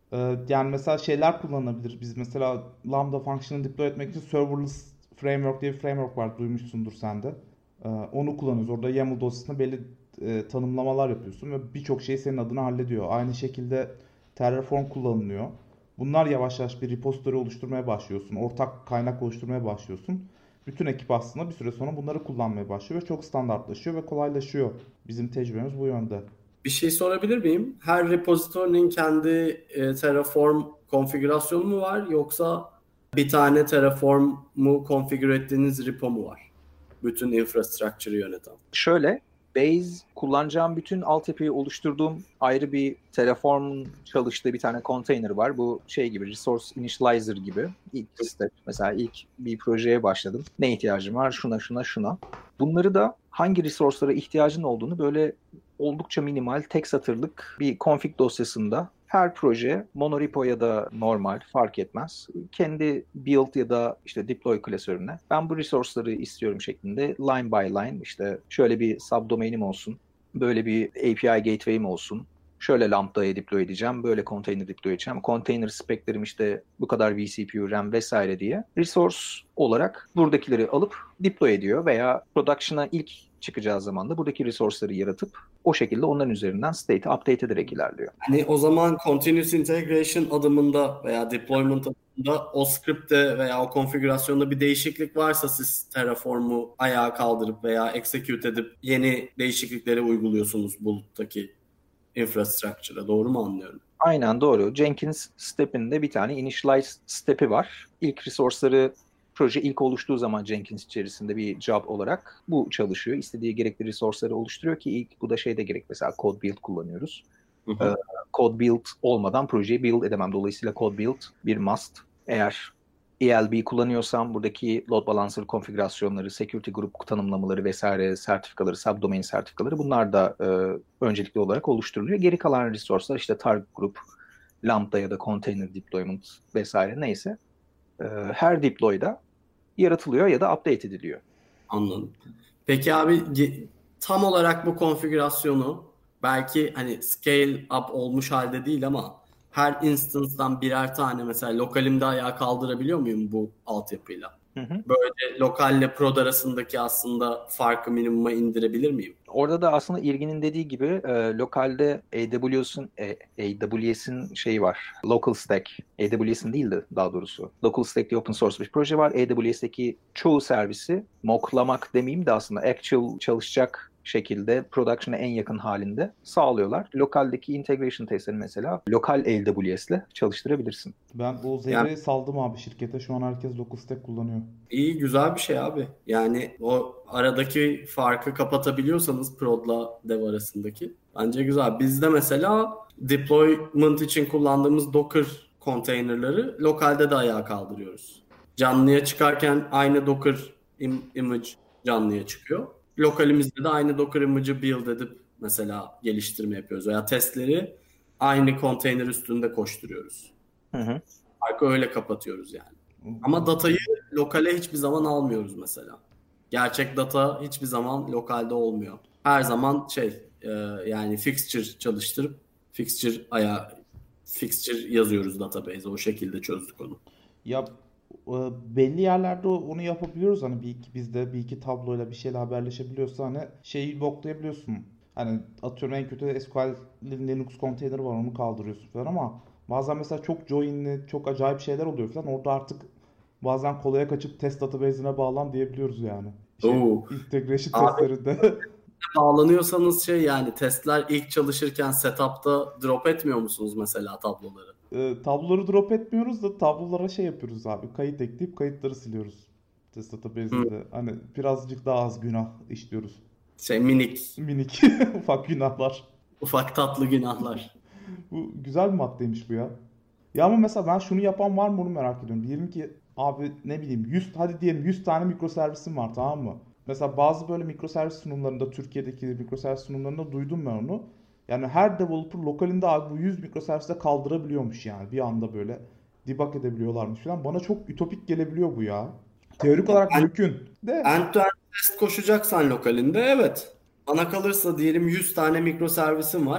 Ee, yani mesela şeyler kullanılabilir. Biz mesela Lambda function'ı deploy etmek için serverless framework diye bir framework var. Duymuşsundur sen de. Ee, onu kullanıyoruz. Orada YAML dosyasında belli e, tanımlamalar yapıyorsun ve birçok şeyi senin adına hallediyor. Aynı şekilde Terraform kullanılıyor. Bunlar yavaş yavaş bir repository oluşturmaya başlıyorsun. Ortak kaynak oluşturmaya başlıyorsun. Bütün ekip aslında bir süre sonra bunları kullanmaya başlıyor ve çok standartlaşıyor ve kolaylaşıyor. Bizim tecrübemiz bu yönde. Bir şey sorabilir miyim? Her repository'nin kendi e, Terraform konfigürasyonu mu var yoksa bir tane Terraform'u konfigür ettiğiniz repo mu var? Bütün infrastructure'ı yöneten. Şöyle, Base kullanacağım bütün altyapıyı oluşturduğum ayrı bir Terraform'un çalıştığı bir tane container var. Bu şey gibi, Resource Initializer gibi. İlk step. Mesela ilk bir projeye başladım. Ne ihtiyacım var? Şuna, şuna, şuna. Bunları da hangi resource'lara ihtiyacın olduğunu böyle oldukça minimal, tek satırlık bir config dosyasında her proje monorepo ya da normal fark etmez. Kendi build ya da işte deploy klasörüne ben bu resource'ları istiyorum şeklinde line by line işte şöyle bir subdomainim olsun, böyle bir A P I gateway'im olsun, şöyle Lambda'ya deploy edeceğim, böyle container deploy edeceğim, container spec'lerim işte bu kadar V C P U, RAM vesaire diye resource olarak buradakileri alıp deploy ediyor veya production'a ilk çıkacağı zaman da buradaki resource'ları yaratıp o şekilde onların üzerinden state'i update ederek ilerliyor. Hani o zaman continuous integration adımında veya deployment adımında o script'te veya o konfigürasyonda bir değişiklik varsa siz Terraform'u ayağa kaldırıp veya execute edip yeni değişiklikleri uyguluyorsunuz buluttaki infrastructure'a. Doğru mu anlıyorum? Aynen doğru. Jenkins step'inde bir tane initialize step'i var. İlk resource'ları proje ilk oluştuğu zaman Jenkins içerisinde bir job olarak bu çalışıyor. İstediği gerekli resource'ları oluşturuyor ki ilk bu da şeyde gerek mesela code build kullanıyoruz. Hı hı. Ee, code build olmadan projeyi build edemem. Dolayısıyla code build bir must. Eğer E L B kullanıyorsam buradaki load balancer konfigürasyonları, security group tanımlamaları vesaire, sertifikaları, subdomain sertifikaları bunlar da e, öncelikli olarak oluşturuluyor. Geri kalan resource'lar işte target group, Lambda ya da container deployment vesaire neyse e, her deploy'da yaratılıyor ya da update ediliyor. Anladım. Peki abi ge- tam olarak bu konfigürasyonu belki hani scale up olmuş halde değil ama her instance'dan birer tane mesela lokalimde ayağa kaldırabiliyor muyum bu altyapıyla? Hı hı. Böyle lokalle prod arasındaki aslında farkı minimuma indirebilir miyim? Orada da aslında İlgin'in dediği gibi e, lokalde A W S'in e, A W S'in şeyi var. Local Stack. A W S'in değil de daha doğrusu. Local Stack diye open source bir proje var. A W S'teki çoğu servisi mocklamak demeyeyim de aslında actual çalışacak şekilde production'a en yakın halinde sağlıyorlar. Lokaldeki integration testleri mesela lokal A W S'le çalıştırabilirsin. Ben o zevreyi Yani- saldım abi şirkete. Şu an herkes Local Stack kullanıyor. İyi, güzel bir şey abi. Yani o aradaki farkı kapatabiliyorsanız prod'la dev arasındaki bence güzel. Bizde mesela deployment için kullandığımız Docker konteynerları lokalde de ayağa kaldırıyoruz. Canlıya çıkarken aynı Docker im- image canlıya çıkıyor. Lokalimizde de aynı Docker image'ı build edip mesela geliştirme yapıyoruz veya testleri aynı konteyner üstünde koşturuyoruz. Hı hı. Farkı öyle kapatıyoruz yani. Ama datayı lokale hiçbir zaman almıyoruz mesela. Gerçek data hiçbir zaman lokalde olmuyor. Her zaman şey e, yani fixture çalıştırıp fixture aya fixture yazıyoruz database'e. O şekilde çözdük onu. Ya e, belli yerlerde o- onu yapabiliyoruz hani bir iki bizde bir iki tabloyla bir şeyle haberleşebiliyorsa hani şeyi bloklayabiliyorsun. Hani atıyorum en kötü S Q L Linux container var onu kaldırıyorsun falan ama bazen mesela çok join'li çok acayip şeyler oluyor falan orada artık bazen kolaya kaçıp test database'ine bağlan diyebiliyoruz yani. Şey, Oo. integration Abi- testlerinde. Bağlanıyorsanız şey yani testler ilk çalışırken setup'ta drop etmiyor musunuz mesela tabloları? E, tabloları drop etmiyoruz da tablolara şey yapıyoruz abi. Kayıt ekleyip kayıtları siliyoruz. Test database'inde. Hani birazcık daha az günah işliyoruz. Şey minik, Minik ufak günahlar. ufak tatlı günahlar. Bu güzel bir maddeymiş bu ya. Ya ama mesela ben şunu yapan var mı onu merak ediyorum. Diyelim ki abi ne bileyim yüz hadi diyelim yüz tane mikroservisim var tamam mı? Mesela bazı böyle mikroservis sunumlarında Türkiye'deki mikroservis sunumlarında duydum ben onu. Yani her developer lokalinde abi bu yüz mikroservise kaldırabiliyormuş yani bir anda böyle debug edebiliyorlarmış falan. Bana çok ütopik gelebiliyor bu ya. Teorik olarak Ben- mümkün de. End-to-end test koşacaksan lokalinde evet. Bana kalırsa diyelim yüz tane mikroservisim var.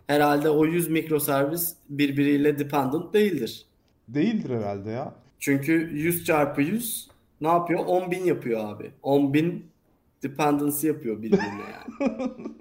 herhalde o yüz mikroservis birbiriyle dependent değildir. Değildir herhalde ya. Çünkü yüz çarpı yüz ne yapıyor? on bin yapıyor abi. on bin dependency yapıyor birbirine yani.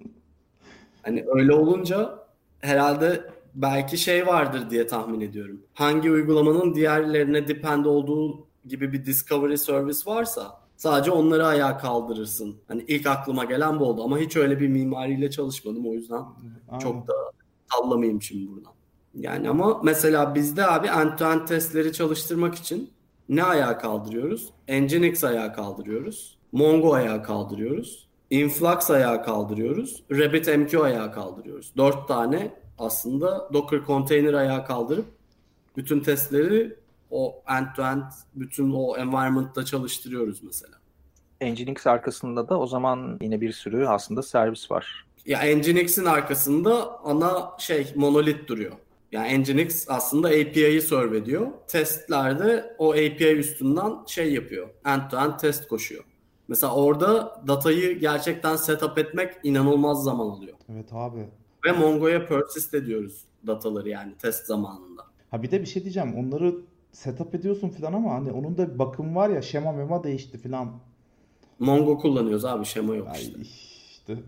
Hani öyle olunca herhalde belki şey vardır diye tahmin ediyorum. Hangi uygulamanın diğerlerine depend olduğu gibi bir discovery service varsa sadece onları ayağa kaldırırsın. Hani ilk aklıma gelen bu oldu ama hiç öyle bir mimariyle çalışmadım, o yüzden Aynen. çok da sallamayayım şimdi buradan. Yani ama mesela bizde abi end-to-end testleri çalıştırmak için ne ayağa kaldırıyoruz? Nginx ayağa kaldırıyoruz. Mongo ayağa kaldırıyoruz. Influx ayağa kaldırıyoruz. RabbitMQ ayağa kaldırıyoruz. Dört tane aslında Docker container ayağa kaldırıp bütün testleri o end-to-end bütün o environment'ta çalıştırıyoruz mesela. Nginx arkasında da o zaman yine bir sürü aslında servis var. Ya Nginx'in arkasında ana şey monolit duruyor. Yani Nginx aslında A P I'yi serve ediyor. Testlerde o A P I üstünden şey yapıyor. End-to-end test koşuyor. Mesela orada datayı gerçekten setup etmek inanılmaz zaman alıyor. Evet abi. Ve Mongo'ya persist ediyoruz dataları yani test zamanında. Ha bir de bir şey diyeceğim. Onları setup ediyorsun falan ama hani onun da bir bakım var ya, şema mema değişti falan. Mongo kullanıyoruz abi, şema yok Ay işte. işte.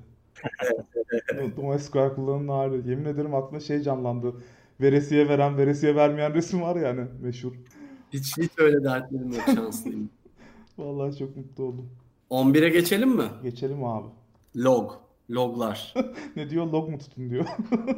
NoSQL kullanımın ağrı. Yemin ederim aklıma şey canlandı. Veresiye veren, veresiye vermeyen resim var yani meşhur. Hiç hiç öyle dertlerim yok, şanslıyım. Vallahi çok mutlu oldum. on bire geçelim mi? Geçelim abi. Log. Loglar. Ne diyor? Log mu tutun diyor.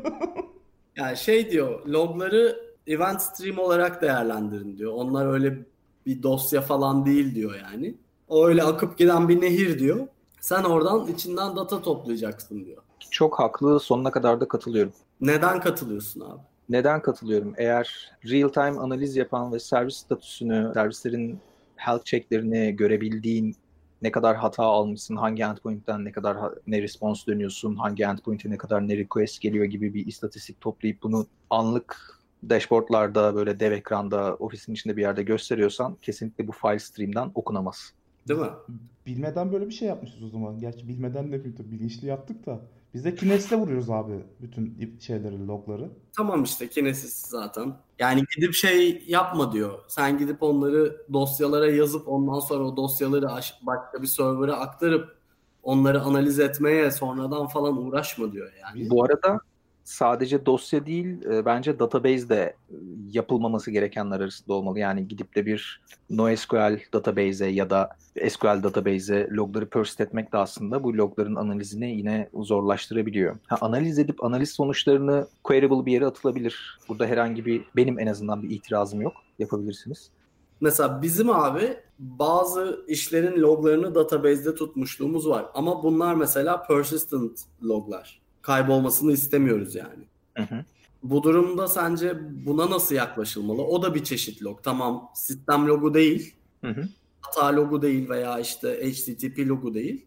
Yani şey diyor, logları event stream olarak değerlendirin diyor. Onlar öyle bir dosya falan değil diyor yani. O öyle akıp giden bir nehir diyor. Sen oradan içinden data toplayacaksın diyor. Çok haklı, sonuna kadar da katılıyorum. Neden katılıyorsun abi? Neden katılıyorum? Eğer real-time analiz yapan ve servis statüsünü, servislerin health checklerini görebildiğin, ne kadar hata almışsın, hangi endpoint'ten ne kadar ne response dönüyorsun, hangi endpoint'e ne kadar ne request geliyor gibi bir istatistik toplayıp bunu anlık dashboardlarda, böyle dev ekranda, ofisin içinde bir yerde gösteriyorsan kesinlikle bu file stream'den okunamaz. Değil mi? Bilmeden böyle bir şey yapmışız o zaman. Gerçi bilmeden de bilinçli yaptık da. Biz de Kinex'le vuruyoruz abi bütün şeyleri, logları. Tamam işte Kinesis zaten. Yani gidip şey yapma diyor. Sen gidip onları dosyalara yazıp ondan sonra o dosyaları başka bir server'a aktarıp onları analiz etmeye sonradan falan uğraşma diyor yani. Bu arada sadece dosya değil, bence database de yapılmaması gerekenler arasında olmalı. Yani gidip de bir NoSQL database'e ya da S Q L database'e logları persist etmek de aslında bu logların analizini yine zorlaştırabiliyor. Ha, analiz edip analiz sonuçlarını queryable bir yere atılabilir. Burada herhangi bir, benim en azından bir itirazım yok. Yapabilirsiniz. Mesela bizim abi bazı işlerin loglarını database'de tutmuşluğumuz var. Ama bunlar mesela persistent loglar. Kaybolmasını istemiyoruz yani. Hı hı. Bu durumda sence buna nasıl yaklaşılmalı? O da bir çeşit log. Tamam, sistem logu değil. Hı hı. Hata logu değil veya işte H T T P logu değil.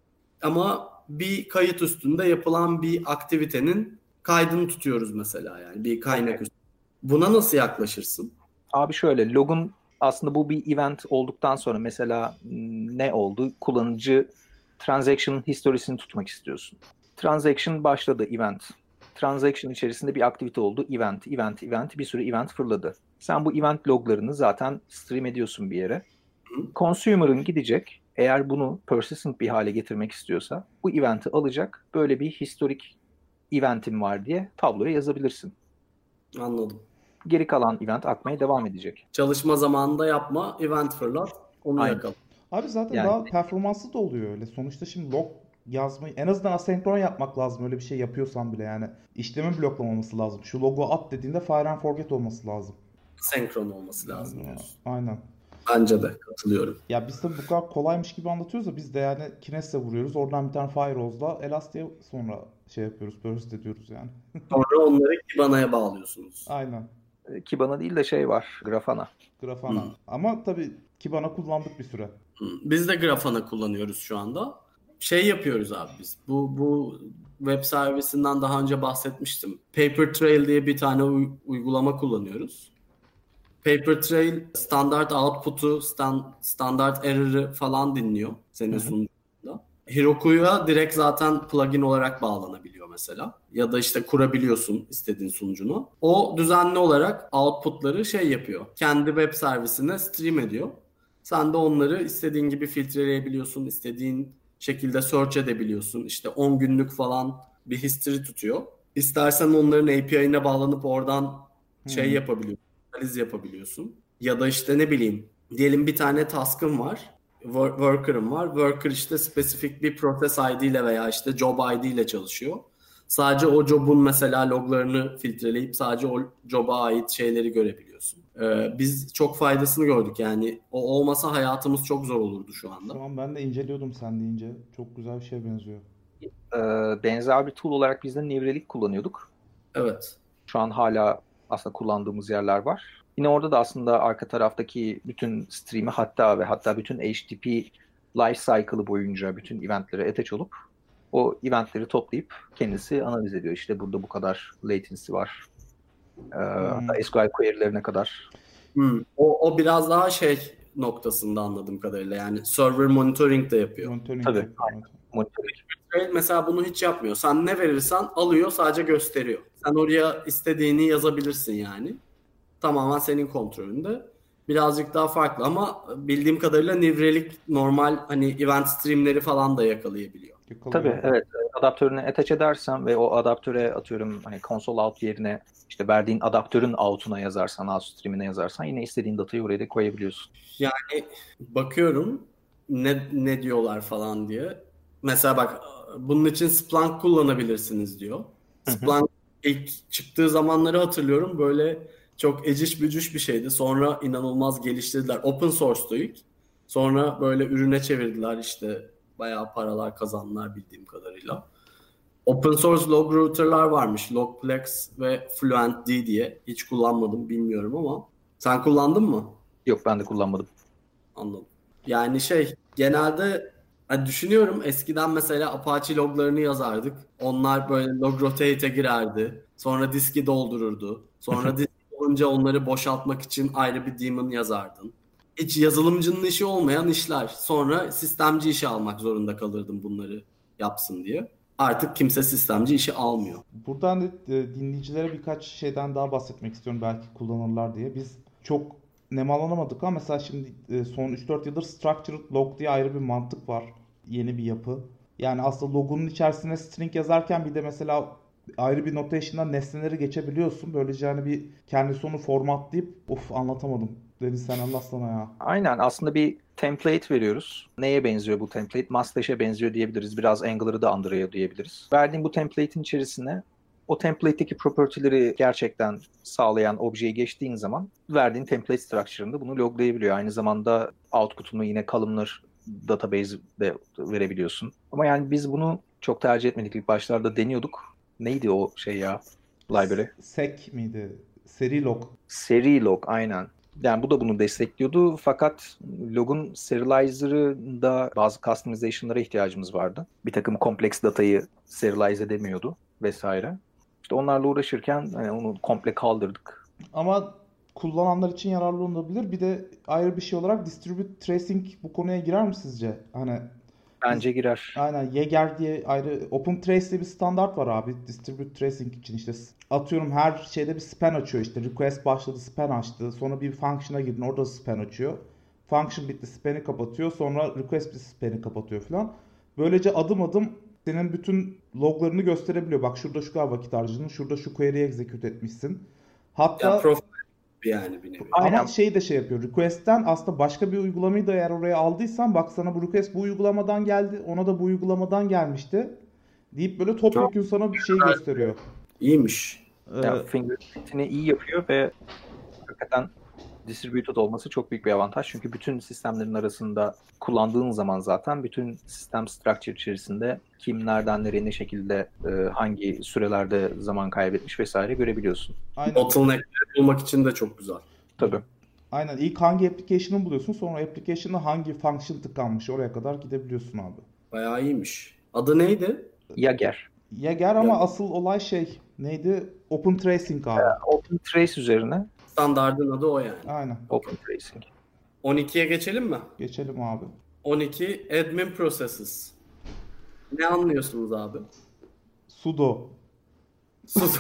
Ama bir kayıt üstünde yapılan bir aktivitenin kaydını tutuyoruz mesela yani bir kaynak Evet. üstünde. Buna nasıl yaklaşırsın? Abi şöyle, logun aslında bu bir event olduktan sonra mesela ne oldu? Kullanıcı transaction historisini tutmak istiyorsun. Transaction başladı, event. Transaction içerisinde bir aktivite oldu, event, event, event, bir sürü event fırladı. Sen bu event loglarını zaten stream ediyorsun bir yere. Hı. Consumer'ın gidecek, eğer bunu persistent bir hale getirmek istiyorsa bu event'i alacak, böyle bir historik eventim var diye tabloya yazabilirsin. Anladım. Geri kalan event akmaya devam edecek. Çalışma zamanında yapma, event fırlat, onu Aynen. yakala. Abi zaten Yani- daha performanslı da oluyor öyle. Sonuçta şimdi log yazmayı en azından asenkron yapmak lazım öyle bir şey yapıyorsan bile yani. İşlemin bloklamaması lazım. Şu logo at dediğinde fire and forget olması lazım. Senkron olması lazım diyorsun. Aynen. Bence de katılıyorum. Ya biz tabii bu kadar kolaymış gibi anlatıyoruz da biz de yani Kines'le vuruyoruz. Oradan bir tane Firehouse'la Elastic'e sonra şey yapıyoruz, persist ediyoruz yani. Sonra onları Kibana'ya bağlıyorsunuz. Aynen. Kibana değil de şey var, Grafana. Grafana. Hı. Ama tabii Kibana kullandık bir süre. Hı. Biz de Grafana kullanıyoruz şu anda. Şey yapıyoruz abi biz. Bu bu web servisinden daha önce bahsetmiştim. Papertrail diye bir tane uy- uygulama kullanıyoruz. Papertrail standart output'u, stand, standart error'ı falan dinliyor senin Hı hı. sunduğunda. Heroku'ya direkt zaten plugin olarak bağlanabiliyor mesela. Ya da işte kurabiliyorsun istediğin sunucunu. O düzenli olarak outputları şey yapıyor. Kendi web servisine stream ediyor. Sen de onları istediğin gibi filtreleyebiliyorsun. İstediğin şekilde search edebiliyorsun. İşte on günlük falan bir history tutuyor. İstersen onların A P I'ine bağlanıp oradan şey Hmm. yapabiliyorsun. Analiz yapabiliyorsun. Ya da işte ne bileyim, diyelim bir tane task'ın var. Wor- Worker'ın var. Worker işte spesifik bir process I D ile veya işte job I D ile çalışıyor. Sadece o job'un mesela loglarını filtreleyip sadece o job'a ait şeyleri görebiliyorsun. Ee, biz çok faydasını gördük yani. O olmasa hayatımız çok zor olurdu şu anda. Şu an ben de inceliyordum sen deyince. Çok güzel bir şeye benziyor. Ee, benzer bir tool olarak biz de New Relic kullanıyorduk. Evet. Şu an hala aslında kullandığımız yerler var. Yine orada da aslında arka taraftaki bütün stream'i hatta ve hatta bütün H T T P life cycle'ı boyunca bütün eventleri attach olup o eventleri toplayıp kendisi analiz ediyor. İşte burada bu kadar latency var. Ee, hatta S Q L query'lerine kadar. Hmm. O, o biraz daha şey noktasında anladığım kadarıyla, yani server monitoring de yapıyor. Monitoring Tabii, yapıyor, aynen. evet. Monitoring. Trail mesela bunu hiç yapmıyor. Sen ne verirsen alıyor, sadece gösteriyor. Sen oraya istediğini yazabilirsin yani. Tamamen senin kontrolünde. Birazcık daha farklı ama bildiğim kadarıyla New Relic normal hani event streamleri falan da yakalayabiliyor. Yakalıyor. Tabii evet. Adaptörüne attach edersen ve o adaptöre atıyorum hani console out yerine işte verdiğin adaptörün out'una yazarsan, out stream'ine yazarsan yine istediğin datayı oraya da koyabiliyorsun. Yani bakıyorum ne ne diyorlar falan diye. Mesela bak, bunun için Splunk kullanabilirsiniz diyor. Hı hı. Splunk ilk çıktığı zamanları hatırlıyorum. Böyle çok eciş bücüş bir şeydi. Sonra inanılmaz geliştirdiler. Open source'tu ilk. Sonra böyle ürüne çevirdiler, işte bayağı paralar kazandılar bildiğim kadarıyla. Open source log router'lar varmış. Logplex ve FluentD diye. Hiç kullanmadım, bilmiyorum ama. Sen kullandın mı? Yok ben de kullanmadım. Anladım. Yani şey, genelde hani düşünüyorum, eskiden mesela Apache loglarını yazardık. Onlar böyle log rotate'e girerdi. Sonra diski doldururdu. Sonra disk olunca onları boşaltmak için ayrı bir daemon yazardın. Hiç yazılımcının işi olmayan işler. Sonra sistemci işi almak zorunda kalırdım bunları yapsın diye. Artık kimse sistemci işi almıyor. Buradan da e, dinleyicilere birkaç şeyden daha bahsetmek istiyorum, belki kullanırlar diye. Biz çok nemalanamadık ama mesela şimdi e, son üç dört yıldır Structured Log diye ayrı bir mantık var. Yeni bir yapı. Yani aslında logunun içerisine string yazarken bir de mesela ayrı bir notation'dan nesneleri geçebiliyorsun. Böylece hani bir kendisi onu formatlayıp, of anlatamadım. Deniz sen anlatsana ya. Aynen aslında bir template veriyoruz. Neye benziyor bu template? Mustache'e benziyor diyebiliriz. Biraz Angular'ı da andırıyor diyebiliriz. Verdiğim bu template'in içerisine o template'teki property'leri gerçekten sağlayan objeyi geçtiğin zaman verdiğin template structure'ında bunu loglayabiliyor. Aynı zamanda output'unu yine columnar database'de verebiliyorsun. Ama yani biz bunu çok tercih etmedik. İlk başlarda deniyorduk. Neydi o şey ya? Library. Sec miydi? Seri log. Seri log aynen. Yani bu da bunu destekliyordu fakat log'un serializer'ında bazı customization'lara ihtiyacımız vardı. Bir takım kompleks datayı serialize edemiyordu vesaire. İşte onlarla uğraşırken hani onu komple kaldırdık. Ama kullananlar için yararlı olabilir. Bir de ayrı bir şey olarak distribute tracing bu konuya girer mi sizce? Hani Bence girer. aynen Jaeger diye ayrı Open Trace diye bir standart var abi. Distribute tracing için işte atıyorum her şeyde bir span açıyor, işte request başladı span açtı. Sonra bir function'a girdin, orada span açıyor. Function bitti, span'i kapatıyor. Sonra request bir span'i kapatıyor falan. Böylece adım adım senin bütün loglarını gösterebiliyor. Bak şurada şu kadar vakit harcadın, şurada şu query'i execute etmişsin. Hatta Yani profil yani bir nevi. Aynen. ama şey de şey yapıyor. Request'ten aslında başka bir uygulamayı da eğer oraya aldıysan, bak sana bu request bu uygulamadan geldi, ona da bu uygulamadan gelmişti deyip böyle topyekun sana bir şey gösteriyor. İyiymiş. Yani Ee, fingerprint'ini iyi yapıyor ve hakikaten distributed olması çok büyük bir avantaj. Çünkü bütün sistemlerin arasında kullandığın zaman zaten bütün sistem structure içerisinde kim nereden nereye ne şekilde e, hangi sürelerde zaman kaybetmiş vesaire görebiliyorsun. aynen. Bottleneck'leri bulmak için de çok güzel. Tabii. Aynen. İlk hangi application'ı buluyorsun, sonra application'da hangi function tıkanmış, oraya kadar gidebiliyorsun abi. Bayağı iyiymiş. Adı neydi? Jaeger. Jaeger ama Jaeger. asıl olay şey neydi? Open Tracing abi. Open Trace üzerine Standardın adı o yani. Aynen. Open Tracing. on ikiye geçelim mi? Geçelim abi. on iki Admin Processes. Ne anlıyorsunuz abi? Sudo. Sus.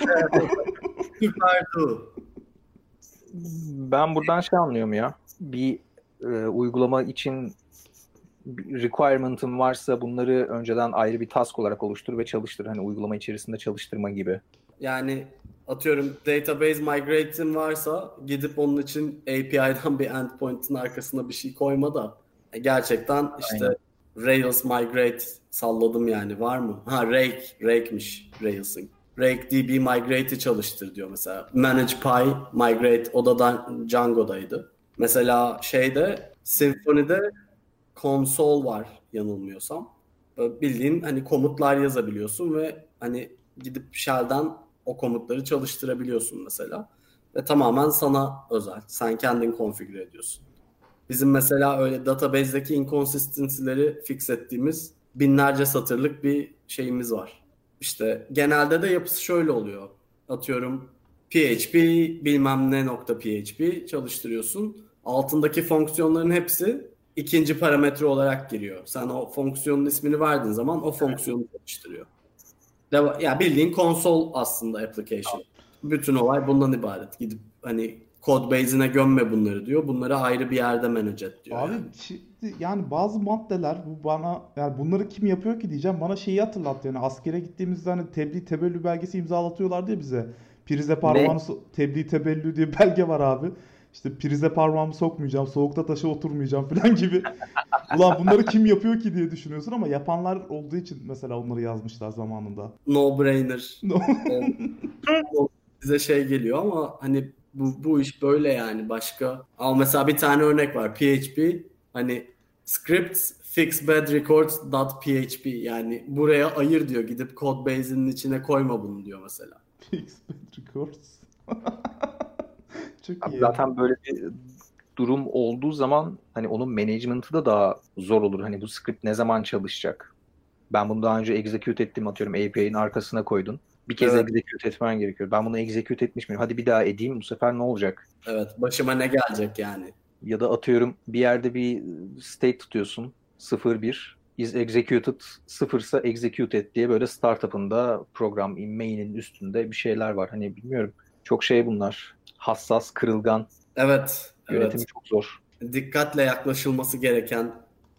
Süper du. Ben buradan şey anlıyorum ya. Bir e, uygulama için bir requirement'ın varsa bunları önceden ayrı bir task olarak oluştur ve çalıştır. Hani uygulama içerisinde çalıştırma gibi. Yani atıyorum database migrate'in varsa gidip onun için A P I'den bir endpoint'in arkasına bir şey koyma da e, gerçekten işte Aynen. Rails migrate salladım yani var mı? Ha Rake, Rake'miş Rails'in. Rake D B migrate'i çalıştır diyor mesela. Manage Py migrate o da Dan- Django'daydı. Mesela şeyde Symfony'de console var yanılmıyorsam. Böyle bildiğin hani komutlar yazabiliyorsun ve hani gidip shell'den o komutları çalıştırabiliyorsun mesela. Ve tamamen sana özel. Sen kendin konfigüre ediyorsun. Bizim mesela öyle database'deki inconsistency'leri fix ettiğimiz binlerce satırlık bir şeyimiz var. İşte genelde de yapısı şöyle oluyor. Atıyorum P H P bilmem ne nokta P H P çalıştırıyorsun. Altındaki fonksiyonların hepsi ikinci parametre olarak giriyor. Sen o fonksiyonun ismini verdiğin zaman o fonksiyonu çalıştırıyor. Ya yani bildiğin konsol aslında application. Bütün olay bundan ibaret. Gidip hani code base'ine gömme bunları diyor. Bunları ayrı bir yerde manage et diyor Abi yani. şimdi yani bazı maddeler bu bana yani bunları kim yapıyor ki diyeceğim bana şeyi hatırlattı yani askere gittiğimizde hani tebliğ tebellü belgesi imzalatıyorlardı ya bize. Prize parmağını so- tebliğ tebellü diye belge var abi. İşte prize parmağımı sokmayacağım, soğukta taşa oturmayacağım falan gibi. Ulan bunları kim yapıyor ki diye düşünüyorsun ama yapanlar olduğu için mesela onları yazmışlar zamanında. No brainer. O, o bize şey geliyor ama hani bu, bu iş böyle yani başka. Ama mesela bir tane örnek var. P H P hani scripts fix bad records dot P H P yani buraya ayır diyor. Gidip code base'inin içine koyma bunu diyor mesela. Fix Bad Records. Çok Abi iyi. zaten böyle bir durum olduğu zaman hani onun management'ı da daha zor olur. Hani bu script ne zaman çalışacak? Ben bunu daha önce execute ettim atıyorum A P I'nin arkasına koydun. Bir kez Evet. execute etmen gerekiyor. Ben bunu execute etmiş miyim? Hadi bir daha edeyim. Bu sefer ne olacak? Evet. Başıma ne gelecek yani? Ya da atıyorum bir yerde bir state tutuyorsun. sıfır bir is executed sıfırsa execute et diye böyle startup'ında program main'in üstünde bir şeyler var. Hani bilmiyorum. Çok şey bunlar. Hassas, kırılgan. Evet. Yönetimi Evet. çok zor. Dikkatle yaklaşılması gereken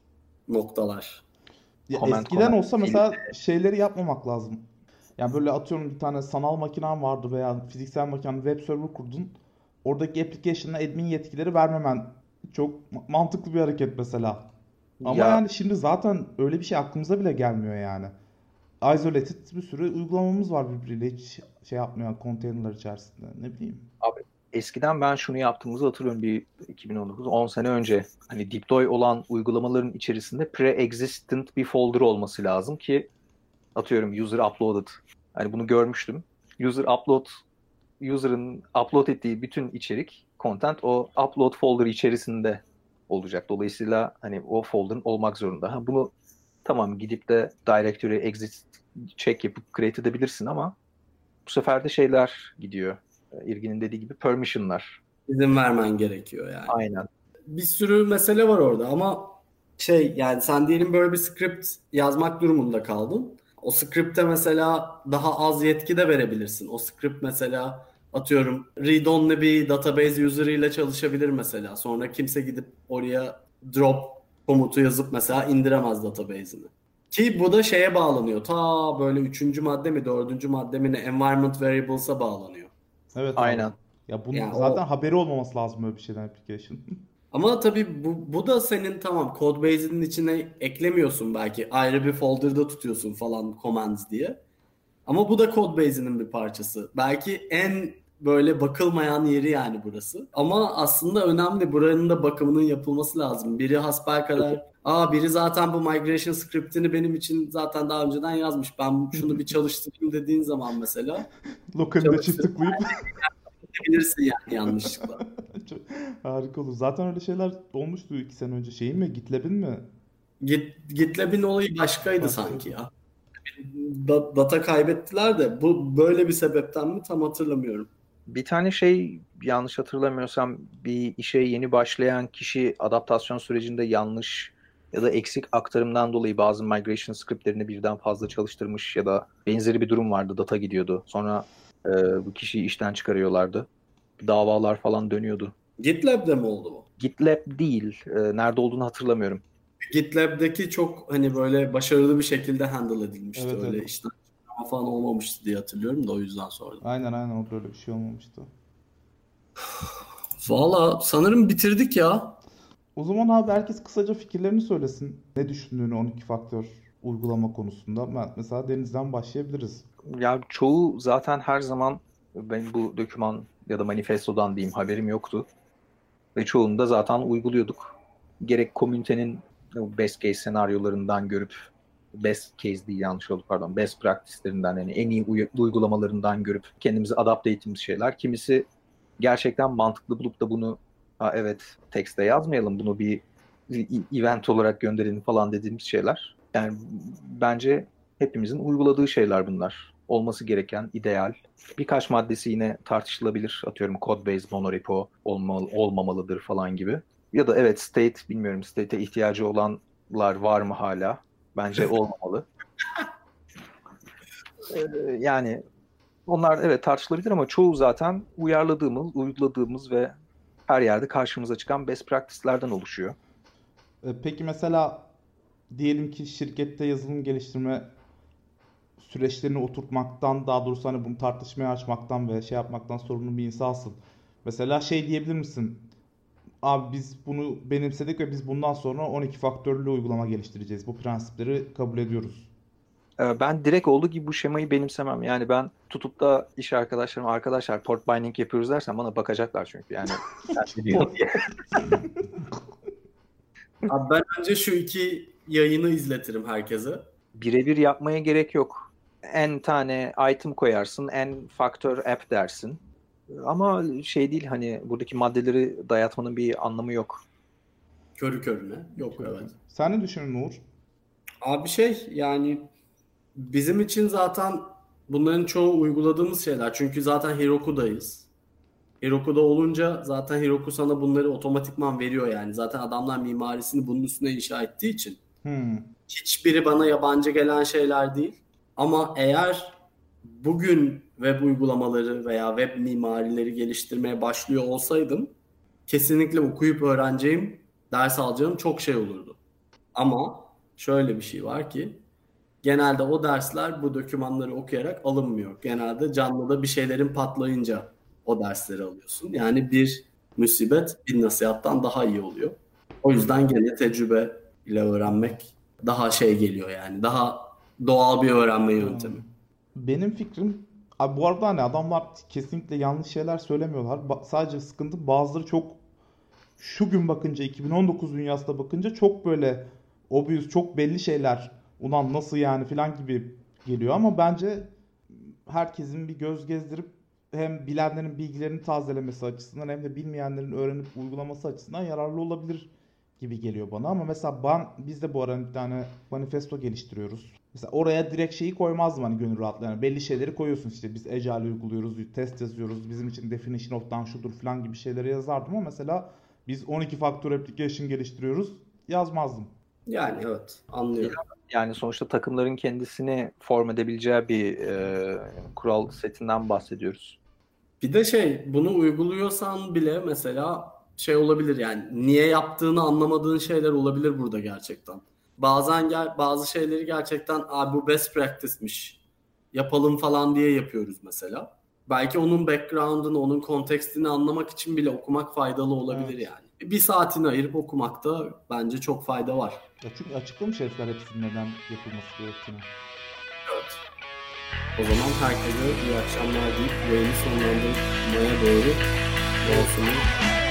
noktalar. Ya Comment, eskiden comment. olsa mesela şeyleri yapmamak lazım. Yani böyle atıyorum bir tane sanal makinen vardı veya fiziksel makine web server kurdun. Oradaki application'a admin yetkileri vermemen çok ma- mantıklı bir hareket mesela. Ama Ya yani şimdi zaten öyle bir şey aklımıza bile gelmiyor yani. Isolated bir sürü uygulamamız var birbiriyle hiç şey yapmayan konteynerler içerisinde. Ne bileyim. abi eskiden ben şunu yaptığımızı hatırlıyorum bir iki bin on dokuz on sene önce. Hani deploy olan uygulamaların içerisinde pre-existent bir folder olması lazım ki atıyorum user uploaded. Hani bunu görmüştüm. User upload user'ın upload ettiği bütün içerik, content o upload folder içerisinde olacak. Dolayısıyla hani o folder'ın olmak zorunda. Ha, bunu tamam gidip de directory exit check yapıp create edebilirsin ama bu sefer de şeyler gidiyor. İrgin'in dediği gibi permission'lar. İzin vermen gerekiyor yani. Aynen. Bir sürü mesele var orada ama şey yani sen diyelim böyle bir script yazmak durumunda kaldın. O script'e mesela daha az yetki de verebilirsin. O script mesela atıyorum read-only bir database user ile çalışabilir mesela. Sonra kimse gidip oraya drop komutu yazıp mesela indiremez database'ini. Ki bu da şeye bağlanıyor. Ta böyle üçüncü madde mi dördüncü madde mi ne environment variables'a bağlanıyor. Evet abi. Aynen. Ya bunun Yani zaten o haberi olmaması lazım böyle bir şeyden application. ama tabii bu, bu da senin tamam codebase'inin içine eklemiyorsun belki. Ayrı bir folder'da tutuyorsun falan commands diye. Ama bu da codebase'inin bir parçası. Belki en böyle bakılmayan yeri yani burası. Ama aslında önemli. Buranın da bakımının yapılması lazım. Biri hasbelkader aa biri zaten bu migration script'ini benim için zaten daha önceden yazmış. Ben şunu bir çalıştırayım dediğin zaman mesela Lokalinde çift tıklayıp çalıştırabilirsin yani yanlışlıkla. çok harika olur. Zaten öyle şeyler olmuştu iki sene önce. Şeyin mi? GitLab'in mi? Git, GitLab'in olayı başkaydı Başkaydı. sanki ya. Da- data kaybettiler de bu böyle bir sebepten mi tam hatırlamıyorum. Bir tane şey yanlış hatırlamıyorsam bir işe yeni başlayan kişi adaptasyon sürecinde yanlış ya da eksik aktarımdan dolayı bazı migration scriptlerini birden fazla çalıştırmış ya da benzeri bir durum vardı. Data gidiyordu. Sonra e, bu kişiyi işten çıkarıyorlardı. Davalar falan dönüyordu. GitLab'de mi oldu bu? GitLab değil. E, nerede olduğunu hatırlamıyorum. GitLab'deki çok hani böyle başarılı bir şekilde handle edilmişti. Evet, öyle evet. işten çıkarma falan olmamıştı diye hatırlıyorum da o yüzden sordum. Aynen aynen o öyle bir şey olmamıştı. Valla sanırım bitirdik ya. O zaman abi herkes kısaca fikirlerini söylesin. Ne düşündüğünü on iki faktör uygulama konusunda. Ben, mesela Deniz'den başlayabiliriz. Ya çoğu zaten her zaman ben bu doküman ya da manifestodan diyeyim haberim yoktu. Ve çoğunu da zaten uyguluyorduk. Gerek komünitenin best case senaryolarından görüp best case değil yanlış oldu pardon best practice'lerinden yani en iyi uy- uygulamalarından görüp kendimizi adapte ettiğimiz şeyler. Kimisi gerçekten mantıklı bulup da bunu ha evet tekste yazmayalım bunu bir event olarak gönderelim falan dediğimiz şeyler. Yani bence hepimizin uyguladığı şeyler bunlar. Olması gereken ideal. Birkaç maddesi yine tartışılabilir. Atıyorum code-based monorepo olmalı, olmamalıdır falan gibi. Ya da evet state bilmiyorum state'e ihtiyacı olanlar var mı hala? Bence olmamalı. ee, yani onlar evet tartışılabilir ama çoğu zaten uyarladığımız, uyguladığımız ve her yerde karşımıza çıkan best practice'lerden oluşuyor. Ee, Peki mesela diyelim ki şirkette yazılım geliştirme süreçlerini oturtmaktan, daha doğrusu hani bunu tartışmaya açmaktan ve şey yapmaktan sorumlu bir insansın. Mesela şey diyebilir misin? Abi biz bunu benimsedik ve biz bundan sonra on iki faktörlü uygulama geliştireceğiz. Bu prensipleri kabul ediyoruz. Ee, Ben direkt olduğu gibi bu şemayı benimsemem. Yani ben tutup da iş arkadaşlarım arkadaşlar port binding yapıyoruz dersen bana bakacaklar çünkü. Yani sen biliyorsun diye. Abi ben önce şu iki yayını izletirim herkese. Birebir yapmaya gerek yok. En tane item koyarsın, en faktör app dersin. Ama şey değil hani buradaki maddeleri dayatmanın bir anlamı yok. Körü körüne. Yok evet. Sen ne düşünüyorsun Uğur? Abi şey yani bizim için zaten bunların çoğu uyguladığımız şeyler. Çünkü zaten Heroku'dayız. Heroku'da olunca zaten Heroku sana bunları otomatikman veriyor yani. Zaten adamlar mimarisini bunun üstüne inşa ettiği için. Hmm. Hiçbiri bana yabancı gelen şeyler değil. Ama eğer bugün web uygulamaları veya web mimarileri geliştirmeye başlıyor olsaydım kesinlikle okuyup öğreneceğim, ders alacağım çok şey olurdu. Ama şöyle bir şey var ki genelde o dersler bu dokümanları okuyarak alınmıyor. Genelde canlıda bir şeylerin patlayınca o dersleri alıyorsun. Yani bir musibet bir nasihattan daha iyi oluyor. O yüzden gene tecrübe ile öğrenmek daha şey geliyor yani. Daha doğal bir öğrenme yöntemi. Benim fikrim, abi bu arada hani adamlar kesinlikle yanlış şeyler söylemiyorlar. Ba- sadece sıkıntı bazıları çok şu gün bakınca iki bin on dokuz dünyasında bakınca çok böyle obvious, çok belli şeyler. Ulan nasıl yani falan gibi geliyor ama bence herkesin bir göz gezdirip hem bilenlerin bilgilerini tazelemesi açısından hem de bilmeyenlerin öğrenip uygulaması açısından yararlı olabilir gibi geliyor bana. Ama mesela ben biz de bu ara bir tane manifesto geliştiriyoruz. Mesela oraya direkt şeyi koymazdım hani gönül rahatlığıyla. Yani belli şeyleri koyuyorsun işte biz Agile uyguluyoruz, test yazıyoruz, bizim için definition of'tan şudur falan gibi şeyleri yazardım ama mesela biz on iki faktör application geliştiriyoruz yazmazdım. Yani evet anlıyorum. Yani sonuçta takımların kendisini form edebileceği bir e, kural setinden bahsediyoruz. Bir de şey bunu uyguluyorsan bile mesela şey olabilir yani niye yaptığını anlamadığın şeyler olabilir burada gerçekten. Bazen gel, bazı şeyleri gerçekten abi bu best practice'miş yapalım falan diye yapıyoruz mesela. Belki onun background'ını, onun kontekstini anlamak için bile okumak faydalı olabilir Evet. yani. Bir saatini ayırıp okumakta bence çok fayda var. Ya çünkü açıklamış herifler hepsinin neden yapılması gerektiğini. Evet. O zaman herkese iyi akşamlar deyip yayını sonlandırmaya doğru olsun.